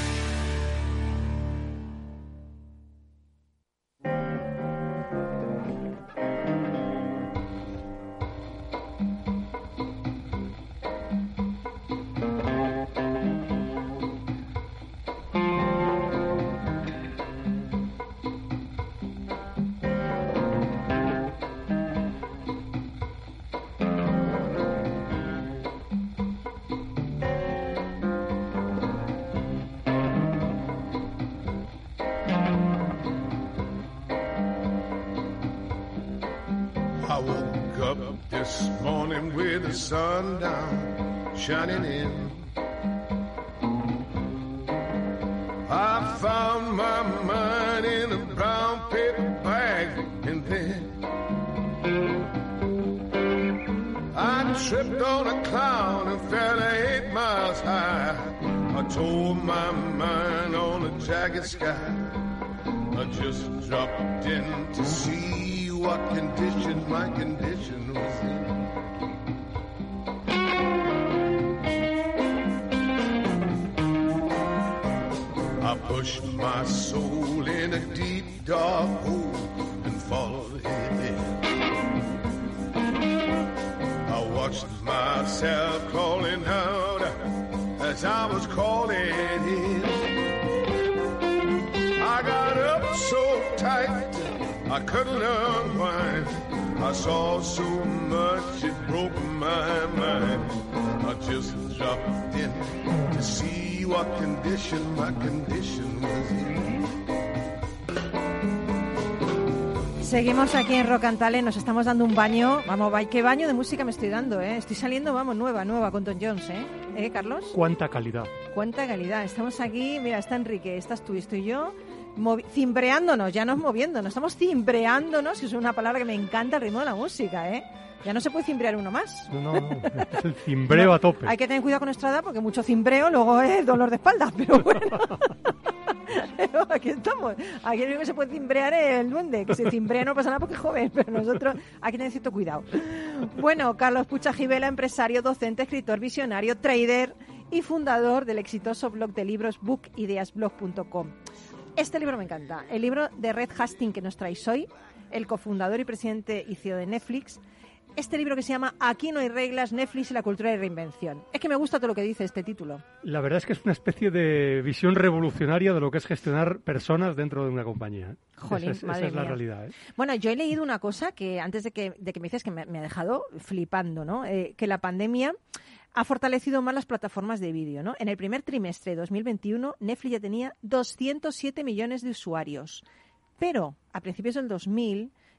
Shining in, I found my mind in a brown paper bag, and then I tripped on a cloud and fell eight miles high. I told my mind on a jagged sky. I just dropped in to see what condition my condition was in. I pushed my soul in a deep, dark hole and followed it. I watched myself crawling out as I was crawling in. I got up so tight I couldn't unwind. I saw so much it broke my mind. I just dropped in to see what condition my condition was in. Seguimos aquí en Rock and Talent, nos estamos dando un baño. Vamos, qué baño de música me estoy dando, ¿eh? Estoy saliendo, vamos, nueva, nueva con Tom Jones, ¿eh? ¿Eh, Carlos? Cuánta calidad. Cuánta calidad. Estamos aquí, mira, está Enrique, estás tú y estoy yo, movi- cimbreándonos, ya no es moviéndonos, estamos cimbreándonos, que es una palabra que me encanta, el ritmo de la música, ¿eh? Ya no se puede cimbrear uno más. No, no, no. Es el cimbreo no, a tope. Hay que tener cuidado con nuestra edad porque mucho cimbreo luego es dolor de espalda, pero bueno. Pero aquí estamos. Aquí lo único que se puede cimbrear es el duende. Que se cimbrea no pasa nada porque es joven, pero nosotros hay que tener cierto cuidado. Bueno, Carlos Pucha Gibela, empresario, docente, escritor, visionario, trader y fundador del exitoso blog de libros book ideas blog punto com. Este libro me encanta. El libro de Reed Hastings que nos traéis hoy, el cofundador y presidente y C E O de Netflix. Este libro que se llama Aquí no hay reglas, Netflix y la cultura de reinvención. Es que me gusta todo lo que dice este título. La verdad es que es una especie de visión revolucionaria de lo que es gestionar personas dentro de una compañía. Jolín, esa es, madre esa es la mía. realidad, ¿eh? Bueno, yo he leído una cosa que antes de que, de que me dices que me, me ha dejado flipando, ¿no? Eh, que la pandemia ha fortalecido más las plataformas de vídeo, ¿no? En el primer trimestre de dos mil veintiuno, Netflix ya tenía doscientos siete millones de usuarios. Pero a principios del dos mil...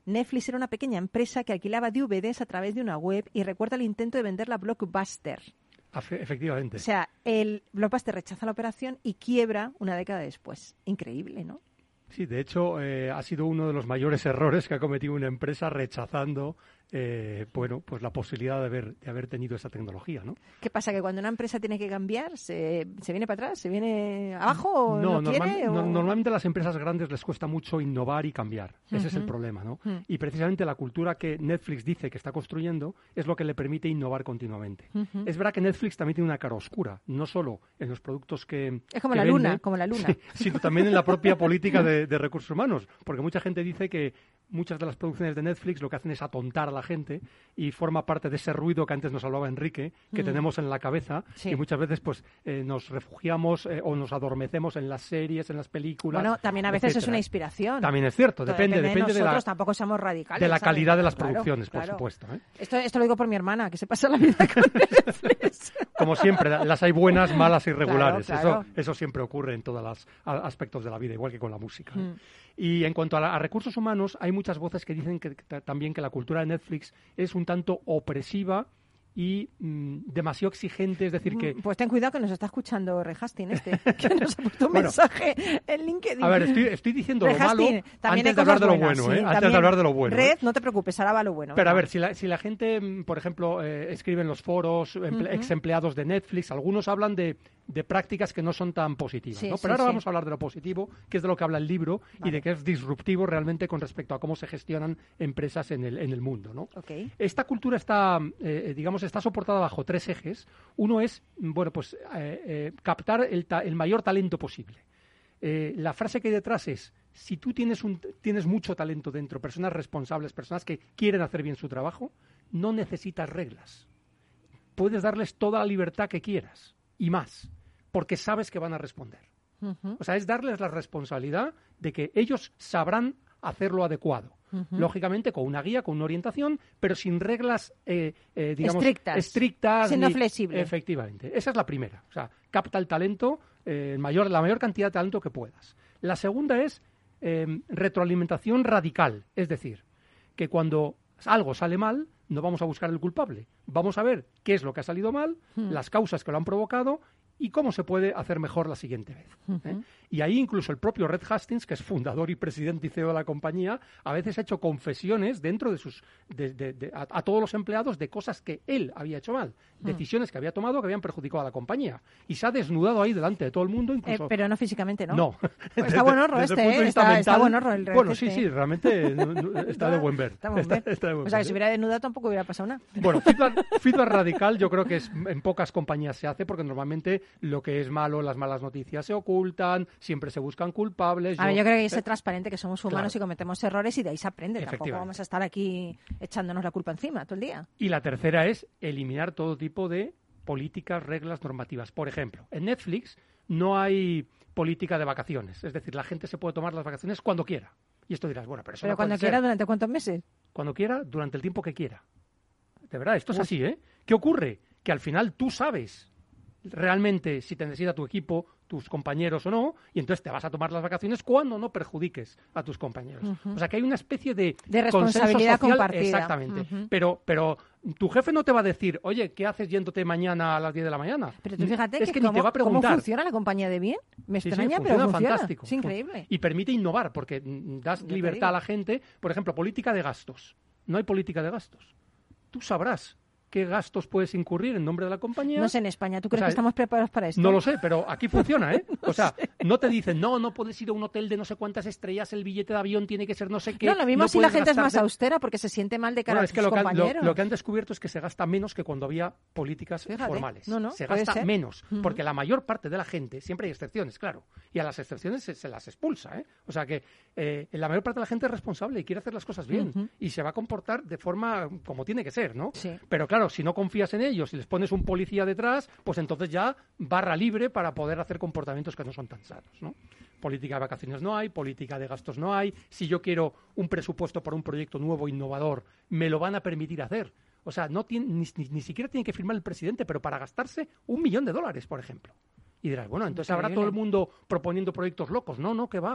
Netflix era una pequeña empresa que alquilaba D V Ds a través de una web y recuerda el intento de venderla a Blockbuster. Efectivamente. O sea, el Blockbuster rechaza la operación y quiebra una década después. Increíble, ¿no? Sí, de hecho, eh, ha sido uno de los mayores errores que ha cometido una empresa rechazando eh, bueno, pues la posibilidad de haber, de haber tenido esa tecnología, ¿no? ¿Qué pasa? ¿Que cuando una empresa tiene que cambiar, se, se viene para atrás? ¿Se viene abajo o no, no normal, quiere? No, o... Normalmente a las empresas grandes les cuesta mucho innovar y cambiar. Ese uh-huh. es el problema, ¿no? Uh-huh. Y precisamente la cultura que Netflix dice que está construyendo es lo que le permite innovar continuamente. Uh-huh. Es verdad que Netflix también tiene una cara oscura, no solo en los productos que Es como que la vende, luna, como la luna. Sí, sino también en la propia política de, de recursos humanos. Porque mucha gente dice que muchas de las producciones de Netflix lo que hacen es atontar a la gente y forma parte de ese ruido que antes nos hablaba Enrique, que mm. tenemos en la cabeza sí. y muchas veces pues eh, nos refugiamos eh, o nos adormecemos en las series, en las películas. Bueno, también a veces etcétera. Es una inspiración. También es cierto, depende, depende, depende de, nosotros, de la, tampoco somos radicales, de la ¿sabes? calidad de las claro, producciones, claro. por supuesto. ¿eh? Esto, esto lo digo por mi hermana, que se pasa la vida con Netflix. Como siempre, las hay buenas, malas y regulares. Claro, claro. Eso, eso siempre ocurre en todos los aspectos de la vida, igual que con la música. ¿eh? Mm. Y en cuanto a, la, a recursos humanos, hay muchas voces que dicen que, que también que la cultura de Netflix es un tanto opresiva y mmm, demasiado exigente, es decir que... Pues ten cuidado que nos está escuchando Ray Hastings este, que nos ha puesto un bueno, mensaje en LinkedIn. A ver, estoy, estoy diciendo Ray lo malo Hastings, antes de hablar de lo buenas, bueno, sí, ¿eh? Antes de hablar de lo bueno. Red, ¿eh? no te preocupes, ahora va lo bueno. Pero ¿verdad? a ver, si la, si la gente, por ejemplo, eh, escribe en los foros, emple, uh-huh. ex empleados de Netflix, algunos hablan de, de prácticas que no son tan positivas, sí, ¿no? sí, Pero ahora sí. vamos a hablar de lo positivo, que es de lo que habla el libro vale. y de que es disruptivo realmente con respecto a cómo se gestionan empresas en el, en el mundo, ¿no? Okay. Esta cultura está, eh, digamos, está soportada bajo tres ejes. Uno es, bueno, pues eh, eh, captar el, ta- el mayor talento posible. Eh, la frase que hay detrás es, si tú tienes, un, tienes mucho talento dentro, personas responsables, personas que quieren hacer bien su trabajo, no necesitas reglas. Puedes darles toda la libertad que quieras y más, porque sabes que van a responder. Uh-huh. O sea, es darles la responsabilidad de que ellos sabrán hacer lo adecuado. Uh-huh. Lógicamente con una guía, con una orientación, pero sin reglas, eh, eh, digamos, estrictas. estrictas Siendo ni, flexible. Efectivamente. Esa es la primera. O sea, capta el talento, eh, mayor, la mayor cantidad de talento que puedas. La segunda es eh, retroalimentación radical. Es decir, que cuando algo sale mal, no vamos a buscar el culpable. Vamos a ver qué es lo que ha salido mal, uh-huh. las causas que lo han provocado y cómo se puede hacer mejor la siguiente vez. Uh-huh. ¿eh? Y ahí incluso el propio Red Hastings, que es fundador y presidente y C E O de la compañía, a veces ha hecho confesiones dentro de sus de, de, de, a, a todos los empleados de cosas que él había hecho mal, uh-huh. decisiones que había tomado que habían perjudicado a la compañía. Y se ha desnudado ahí delante de todo el mundo. Incluso... Eh, pero no físicamente, ¿no? No. Pues está buen horro este, ¿eh? Está, mental, está buen horro el Red Bueno, este. sí, sí, realmente no, no, está de buen ver. Está, buen está, ver. está de buen o sea, ver, que ¿eh? si hubiera desnudado tampoco hubiera pasado nada. Bueno, feedback, feedback radical yo creo que es en pocas compañías se hace porque normalmente lo que es malo, las malas noticias se ocultan, siempre se buscan culpables. A yo, ver, yo creo que hay que ser transparente, que somos humanos claro. y cometemos errores y de ahí se aprende. Tampoco vamos a estar aquí echándonos la culpa encima todo el día. Y la tercera es eliminar todo tipo de políticas, reglas, normativas. Por ejemplo, en Netflix no hay política de vacaciones. Es decir, la gente se puede tomar las vacaciones cuando quiera. Y esto dirás, bueno, pero eso Pero no cuando puede quiera, ser. ¿durante cuántos meses? Cuando quiera, durante el tiempo que quiera. De verdad, esto es Uf. así, ¿eh? ¿Qué ocurre? Que al final tú sabes realmente si te necesita tu equipo, tus compañeros o no, y entonces te vas a tomar las vacaciones cuando no perjudiques a tus compañeros. Uh-huh. O sea que hay una especie de, de responsabilidad social, compartida. Exactamente. Uh-huh. Pero, pero tu jefe no te va a decir, oye, ¿qué haces yéndote mañana a las diez de la mañana? Pero tú fíjate es que, que cómo, ni te va a preguntar. ¿cómo funciona la compañía de bien? Me sí, extraña, sí, pero funciona funciona. fantástico. Es increíble. Y permite innovar, porque das Yo libertad a la gente. Por ejemplo, política de gastos. No hay política de gastos. Tú sabrás qué gastos puedes incurrir en nombre de la compañía. No sé, en España, ¿tú crees o sea, que estamos preparados para esto? No lo sé, pero aquí funciona, ¿eh? no o sea, sé. no te dicen, no, no puedes ir a un hotel de no sé cuántas estrellas, el billete de avión tiene que ser no sé qué. No, lo mismo no si la gente gastarte... es más austera porque se siente mal de cara bueno, a es sus que lo compañeros. Que han, lo, lo que han descubierto es que se gasta menos que cuando había políticas Fíjate. formales. No, no, se puede gasta ser. menos, Uh-huh. porque la mayor parte de la gente, siempre hay excepciones, claro, y a las excepciones se, se las expulsa, ¿eh? O sea que eh, la mayor parte de la gente es responsable y quiere hacer las cosas bien Uh-huh. y se va a comportar de forma como tiene que ser, ¿no? Sí. Pero claro, si no confías en ellos y les pones un policía detrás, pues entonces ya barra libre para poder hacer comportamientos que no son tan sanos, ¿no? Política de vacaciones no hay, política de gastos no hay. Si yo quiero un presupuesto para un proyecto nuevo, innovador, me lo van a permitir hacer. O sea, no tiene, ni, ni, ni siquiera tiene que firmar el presidente, pero para gastarse un millón de dólares, por ejemplo. Y dirás, bueno, entonces Increíble. habrá todo el mundo proponiendo proyectos locos. No, no, que va.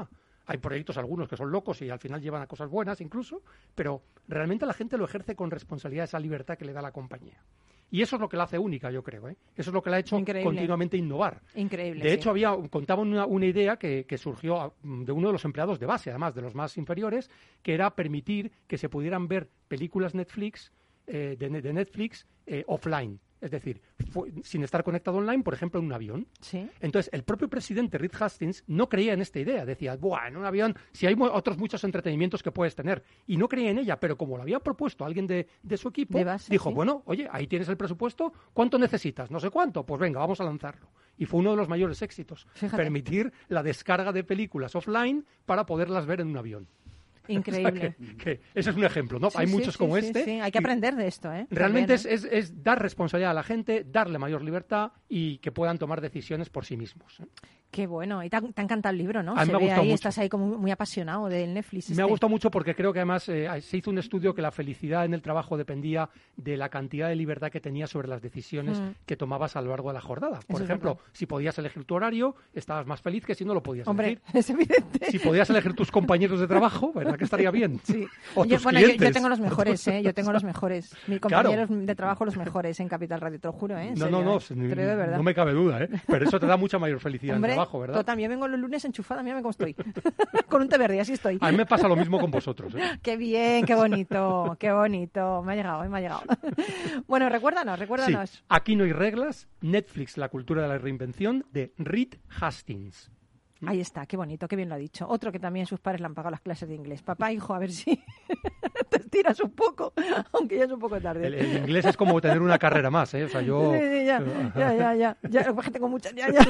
Hay proyectos algunos que son locos y al final llevan a cosas buenas incluso, pero realmente la gente lo ejerce con responsabilidad, esa libertad que le da la compañía. Y eso es lo que la hace única, yo creo, ¿eh? Eso es lo que la ha hecho Increíble. continuamente innovar. Increíble. De sí. hecho, había contaba una, una idea que, que surgió de uno de los empleados de base, además de los más inferiores, que era permitir que se pudieran ver películas Netflix eh, de, de Netflix eh, offline. Es decir, fue, sin estar conectado online, por ejemplo, en un avión. Sí. Entonces, el propio presidente Reed Hastings no creía en esta idea. Decía, buah, en un avión, si hay mo- otros muchos entretenimientos que puedes tener. Y no creía en ella, pero como lo había propuesto alguien de, de su equipo, De base, dijo, sí. bueno, oye, ahí tienes el presupuesto, ¿cuánto necesitas? No sé cuánto, pues venga, vamos a lanzarlo. Y fue uno de los mayores éxitos, Fíjate. permitir la descarga de películas offline para poderlas ver en un avión. Increíble. O sea que, que ese es un ejemplo, ¿no? Sí, Hay sí, muchos sí, como sí, este. sí. Hay que y aprender de esto, ¿eh? Realmente También, es, es, es dar responsabilidad a la gente, darle mayor libertad y que puedan tomar decisiones por sí mismos, ¿eh? Qué bueno. Y te ha, te ha encantado el libro, ¿no? A mí Se me ha ve gustado ahí, mucho. estás ahí como muy apasionado del Netflix. Me este. ha gustado mucho porque creo que además eh, se hizo un estudio que la felicidad en el trabajo dependía de la cantidad de libertad que tenías sobre las decisiones Mm. que tomabas a lo largo de la jornada. Por Eso es ejemplo, verdad. si podías elegir tu horario, estabas más feliz que si no lo podías Hombre, elegir. es evidente. Si podías elegir tus compañeros de trabajo, ¿verdad que estaría bien? Sí. O Yo, tus bueno, yo, clientes. yo tengo los mejores, ¿eh? Yo tengo los mejores. Mis Claro. compañeros de trabajo los mejores en Capital Radio, te lo juro, ¿eh? En No, serio, no, no, ¿eh? se- Te lo digo de verdad. no me cabe duda, ¿eh? Pero eso te da mucha mayor felicidad Hombre, en el trabajo, ¿verdad? total, yo vengo los lunes enchufada, mírame cómo estoy. Con un té verde, así estoy. A mí me pasa lo mismo con vosotros, ¿eh? Qué bien, qué bonito, qué bonito. Me ha llegado, eh, me ha llegado. Bueno, recuérdanos, Sí, recuérdanos. Aquí no hay reglas, Netflix, la cultura de la reinvención, de Reed Hastings. Ahí está, qué bonito, qué bien lo ha dicho. Otro que también sus padres le han pagado las clases de inglés. Papá, hijo, a ver si te estiras un poco, aunque ya es un poco tarde. El, el inglés es como tener una carrera más, ¿eh? O sea, yo... Sí, sí, ya, ya, ya, ya, ya, lo que tengo muchas, ya, ya.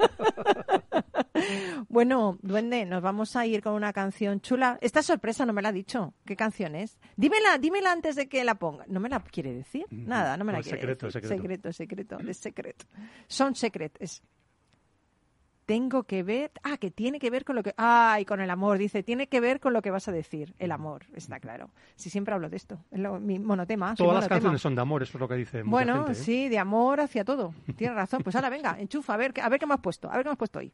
Bueno, Duende, nos vamos a ir con una canción chula. Esta sorpresa no me la ha dicho. ¿Qué canción es? Dímela, dímela antes de que la ponga. ¿No me la quiere decir? Nada, no me la No, quiere secreto, decir. secreto. Secreto, secreto, de secret. Son secret, es... Tengo que ver... Ah, que tiene que ver con lo que... Ay, con el amor, dice. Tiene que ver con lo que vas a decir. El amor, está claro. Si siempre hablo de esto. Es lo- mi monotema. soy Todas las monotema. canciones son de amor, eso es lo que dice mucha Bueno, gente, ¿eh? sí, de amor hacia todo. Tienes razón. Pues ahora, venga, enchufa, a ver, qué- a ver qué me has puesto. A ver qué me has puesto hoy.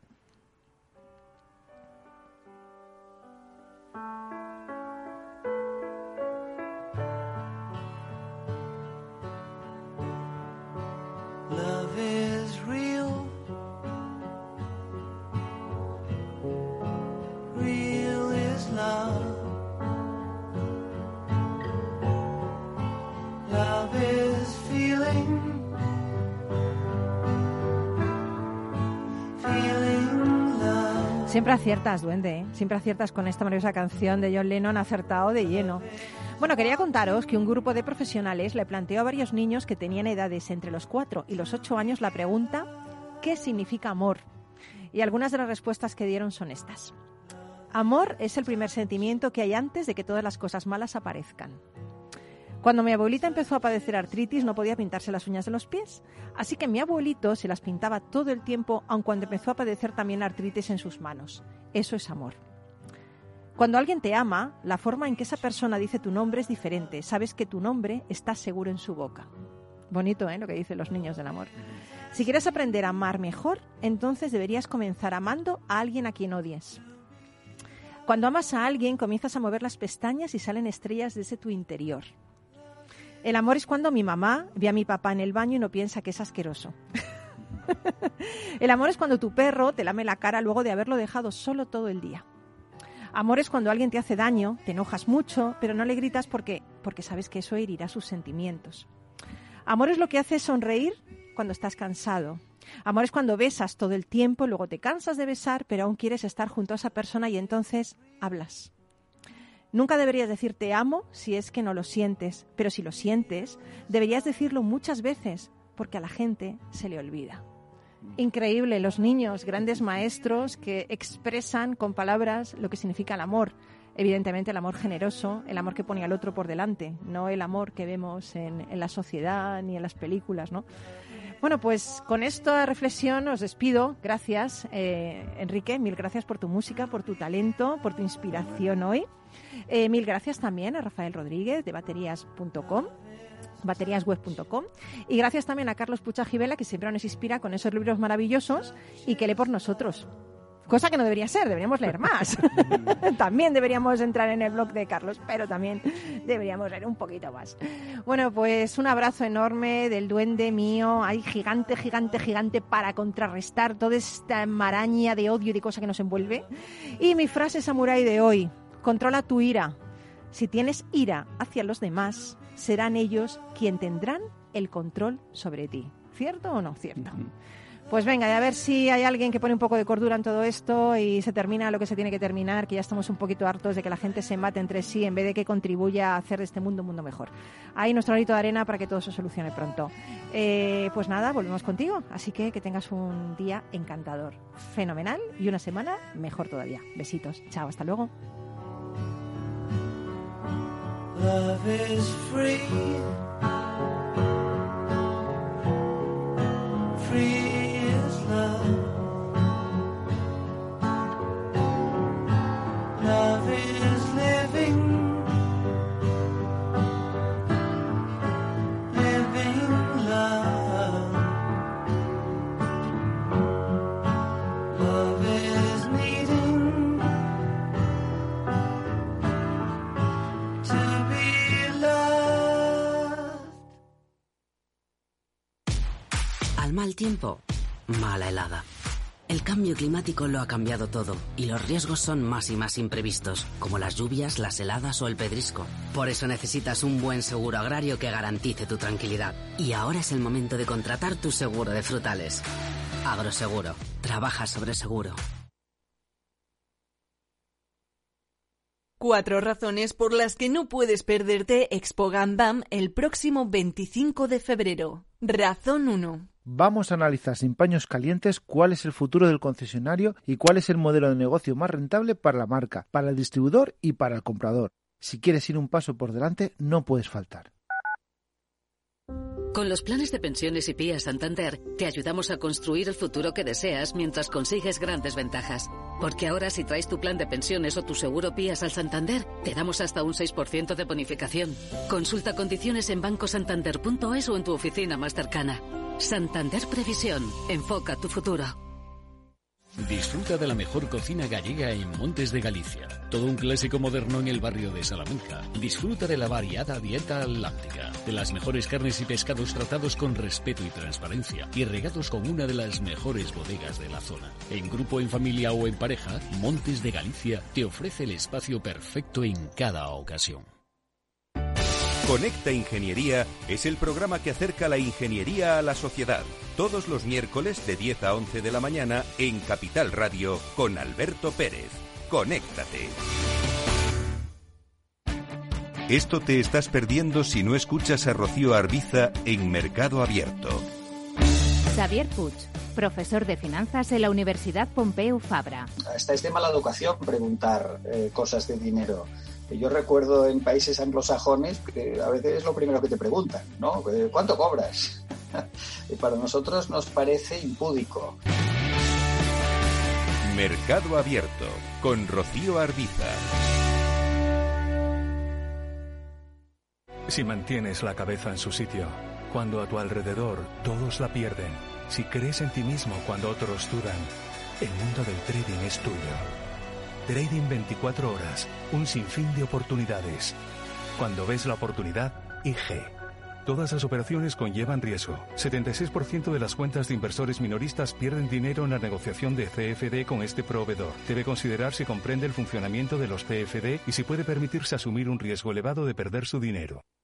Love is real. Real is love. Love is feeling. Feeling love. Siempre aciertas, Duende, ¿eh? Siempre aciertas con esta maravillosa canción de John Lennon, acertado de lleno. Bueno, quería contaros que un grupo de profesionales le planteó a varios niños que tenían edades entre los cuatro y los ocho años la pregunta ¿qué significa amor? Y algunas de las respuestas que dieron son estas. Amor es el primer sentimiento que hay antes de que todas las cosas malas aparezcan. Cuando mi abuelita empezó a padecer artritis no podía pintarse las uñas de los pies, así que mi abuelito se las pintaba todo el tiempo, aun cuando empezó a padecer también artritis en sus manos. Eso es amor. Cuando alguien te ama, la forma en que esa persona dice tu nombre es diferente. Sabes que tu nombre está seguro en su boca. Bonito, ¿eh? Lo que dicen los niños del amor. Si quieres aprender a amar mejor, entonces deberías comenzar amando a alguien a quien odies. Cuando amas a alguien, comienzas a mover las pestañas y salen estrellas desde tu interior. El amor es cuando mi mamá ve a mi papá en el baño y no piensa que es asqueroso. El amor es cuando tu perro te lame la cara luego de haberlo dejado solo todo el día. Amor es cuando alguien te hace daño, te enojas mucho, pero no le gritas porque, porque sabes que eso herirá sus sentimientos. Amor es lo que hace sonreír cuando estás cansado. Amor es cuando besas todo el tiempo, luego te cansas de besar, pero aún quieres estar junto a esa persona y entonces hablas. Nunca deberías decir te amo si es que no lo sientes, pero si lo sientes, deberías decirlo muchas veces, porque a la gente se le olvida. Increíble, los niños, grandes maestros que expresan con palabras lo que significa el amor. Evidentemente el amor generoso, el amor que pone al otro por delante, no el amor que vemos en, en la sociedad ni en las películas, ¿no? Bueno, pues con esta reflexión os despido. Gracias, eh, Enrique, mil gracias por tu música, por tu talento, por tu inspiración hoy. Eh, mil gracias también a Rafael Rodríguez de baterías punto com. baterías web punto com, y gracias también a Carlos Pucha Gibela, que siempre nos inspira con esos libros maravillosos y que lee por nosotros. Cosa que no debería ser, deberíamos leer más. También deberíamos entrar en el blog de Carlos, pero también deberíamos leer un poquito más. Bueno, pues un abrazo enorme del duende mío, ahí gigante, gigante, gigante, para contrarrestar toda esta maraña de odio y de cosas que nos envuelve. Y mi frase samurái de hoy: controla tu ira. Si tienes ira hacia los demás, serán ellos quien tendrán el control sobre ti. ¿Cierto o no cierto? Pues venga, y a ver si hay alguien que pone un poco de cordura en todo esto y se termina lo que se tiene que terminar, que ya estamos un poquito hartos de que la gente se mate entre sí en vez de que contribuya a hacer de este mundo un mundo mejor. Ahí nuestro granito de arena para que todo se solucione pronto. Eh, pues nada, volvemos contigo, así que que tengas un día encantador, fenomenal, y una semana mejor todavía. Besitos, chao, hasta luego. Love is free. Free. Love is living, living love. Love is needing to be loved. Al mal tiempo, mala helada. El cambio climático lo ha cambiado todo y los riesgos son más y más imprevistos, como las lluvias, las heladas o el pedrisco. Por eso necesitas un buen seguro agrario que garantice tu tranquilidad. Y ahora es el momento de contratar tu seguro de frutales. Agroseguro. Trabaja sobre seguro. Cuatro razones por las que no puedes perderte Expo Gandam el próximo veinticinco de febrero. Razón uno. Vamos a analizar sin paños calientes cuál es el futuro del concesionario y cuál es el modelo de negocio más rentable para la marca, para el distribuidor y para el comprador. Si quieres ir un paso por delante, no puedes faltar. Con los planes de pensiones y P I A Santander, te ayudamos a construir el futuro que deseas mientras consigues grandes ventajas. Porque ahora si traes tu plan de pensiones o tu seguro P I A al Santander, te damos hasta un seis por ciento de bonificación. Consulta condiciones en banco santander punto es o en tu oficina más cercana. Santander Previsión. Enfoca tu futuro. Disfruta de la mejor cocina gallega en Montes de Galicia. Todo un clásico moderno en el barrio de Salamanca. Disfruta de la variada dieta atlántica, de las mejores carnes y pescados tratados con respeto y transparencia y regados con una de las mejores bodegas de la zona. En grupo, en familia o en pareja, Montes de Galicia te ofrece el espacio perfecto en cada ocasión. Conecta Ingeniería es el programa que acerca la ingeniería a la sociedad. Todos los miércoles de diez a once de la mañana en Capital Radio con Alberto Pérez. Conéctate. Esto te estás perdiendo si no escuchas a Rocío Arbiza en Mercado Abierto. Xavier Puig, profesor de finanzas en la Universidad Pompeu Fabra. Hasta es de mala educación preguntar eh, cosas de dinero. Yo recuerdo en países anglosajones que a veces es lo primero que te preguntan, ¿no? ¿Cuánto cobras? Y para nosotros nos parece impúdico. Mercado Abierto con Rocío Arbiza. Si mantienes la cabeza en su sitio, cuando a tu alrededor todos la pierden, si crees en ti mismo cuando otros dudan, el mundo del trading es tuyo. Trading veinticuatro horas, un sinfín de oportunidades. Cuando ves la oportunidad, I G. Todas las operaciones conllevan riesgo. setenta y seis por ciento de las cuentas de inversores minoristas pierden dinero en la negociación de C F D con este proveedor. Debe considerar si comprende el funcionamiento de los C F D y si puede permitirse asumir un riesgo elevado de perder su dinero.